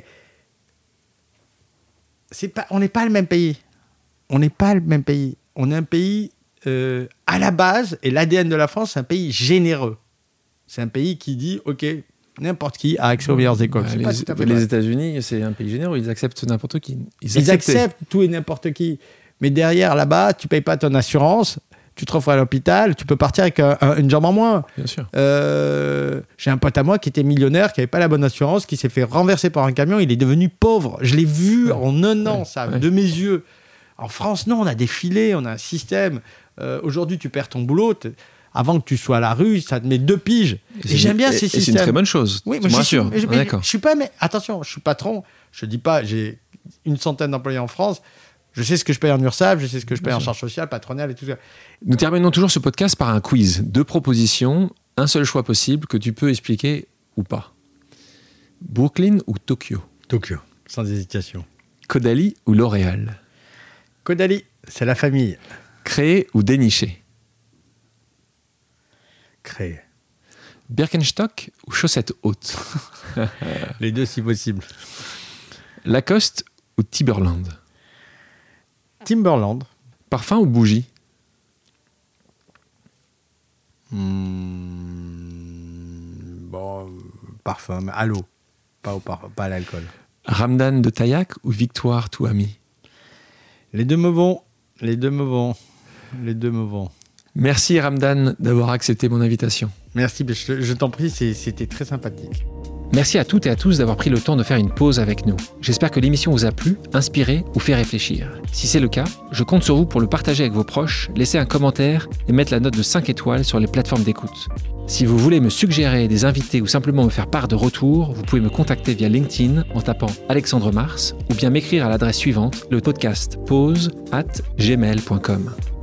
c'est pas, on n'est pas le même pays. On n'est pas le même pays. On est un pays, euh, à la base, et l'A D N de la France, c'est un pays généreux. C'est un pays qui dit, OK, n'importe qui a accès aux meilleures écoles. Bah, c'est les, pas tout à fait les vrai. États-Unis, c'est un pays généreux. Ils acceptent n'importe qui. Ils, Ils acceptent tout et n'importe qui. Mais derrière, là-bas, tu ne payes pas ton assurance, tu te retrouves à l'hôpital, tu peux partir avec un, un, une jambe en moins. Bien sûr. Euh, j'ai un pote à moi qui était millionnaire, qui n'avait pas la bonne assurance, qui s'est fait renverser par un camion. Il est devenu pauvre. Je l'ai vu ouais. en un an, ouais. ça, ouais. de mes yeux. En France, non, on a des filets, on a un système. Euh, aujourd'hui, tu perds ton boulot. Avant que tu sois à la rue, ça te met deux piges. Et, et j'aime bien ces et systèmes. C'est une très bonne chose. Oui, je me rassure. Je, mais, je suis pas, mais attention, je suis patron. Je dis pas, j'ai une centaine d'employés en France. Je sais ce que je paye en URSSAF, je sais ce que je paye bien en sûr. Charge sociale, patronale et tout ça. Nous terminons toujours ce podcast par un quiz. Deux propositions, un seul choix possible que tu peux expliquer ou pas. Brooklyn ou Tokyo? Tokyo, sans hésitation. Caudalie ou L'Oréal? Caudalie, c'est la famille. Créer ou dénicher? Créer. Birkenstock ou chaussettes hautes? Les deux si possible. Lacoste ou Timberland? Timberland. Parfum ou bougie? mmh, Bon, parfum, mais à l'eau, pas, au par, pas à l'alcool. Ramdan de Taillac ou Victoire Touami? Les deux me vont, les deux me vont, les deux me vont. Merci Ramdan d'avoir accepté mon invitation. Merci, je, je t'en prie, c'est, c'était très sympathique. Merci à toutes et à tous d'avoir pris le temps de faire une pause avec nous. J'espère que l'émission vous a plu, inspiré ou fait réfléchir. Si c'est le cas, je compte sur vous pour le partager avec vos proches, laisser un commentaire et mettre la note de cinq étoiles sur les plateformes d'écoute. Si vous voulez me suggérer des invités ou simplement me faire part de retours, vous pouvez me contacter via LinkedIn en tapant Alexandre Mars ou bien m'écrire à l'adresse suivante, le podcast pause arobase gmail point com.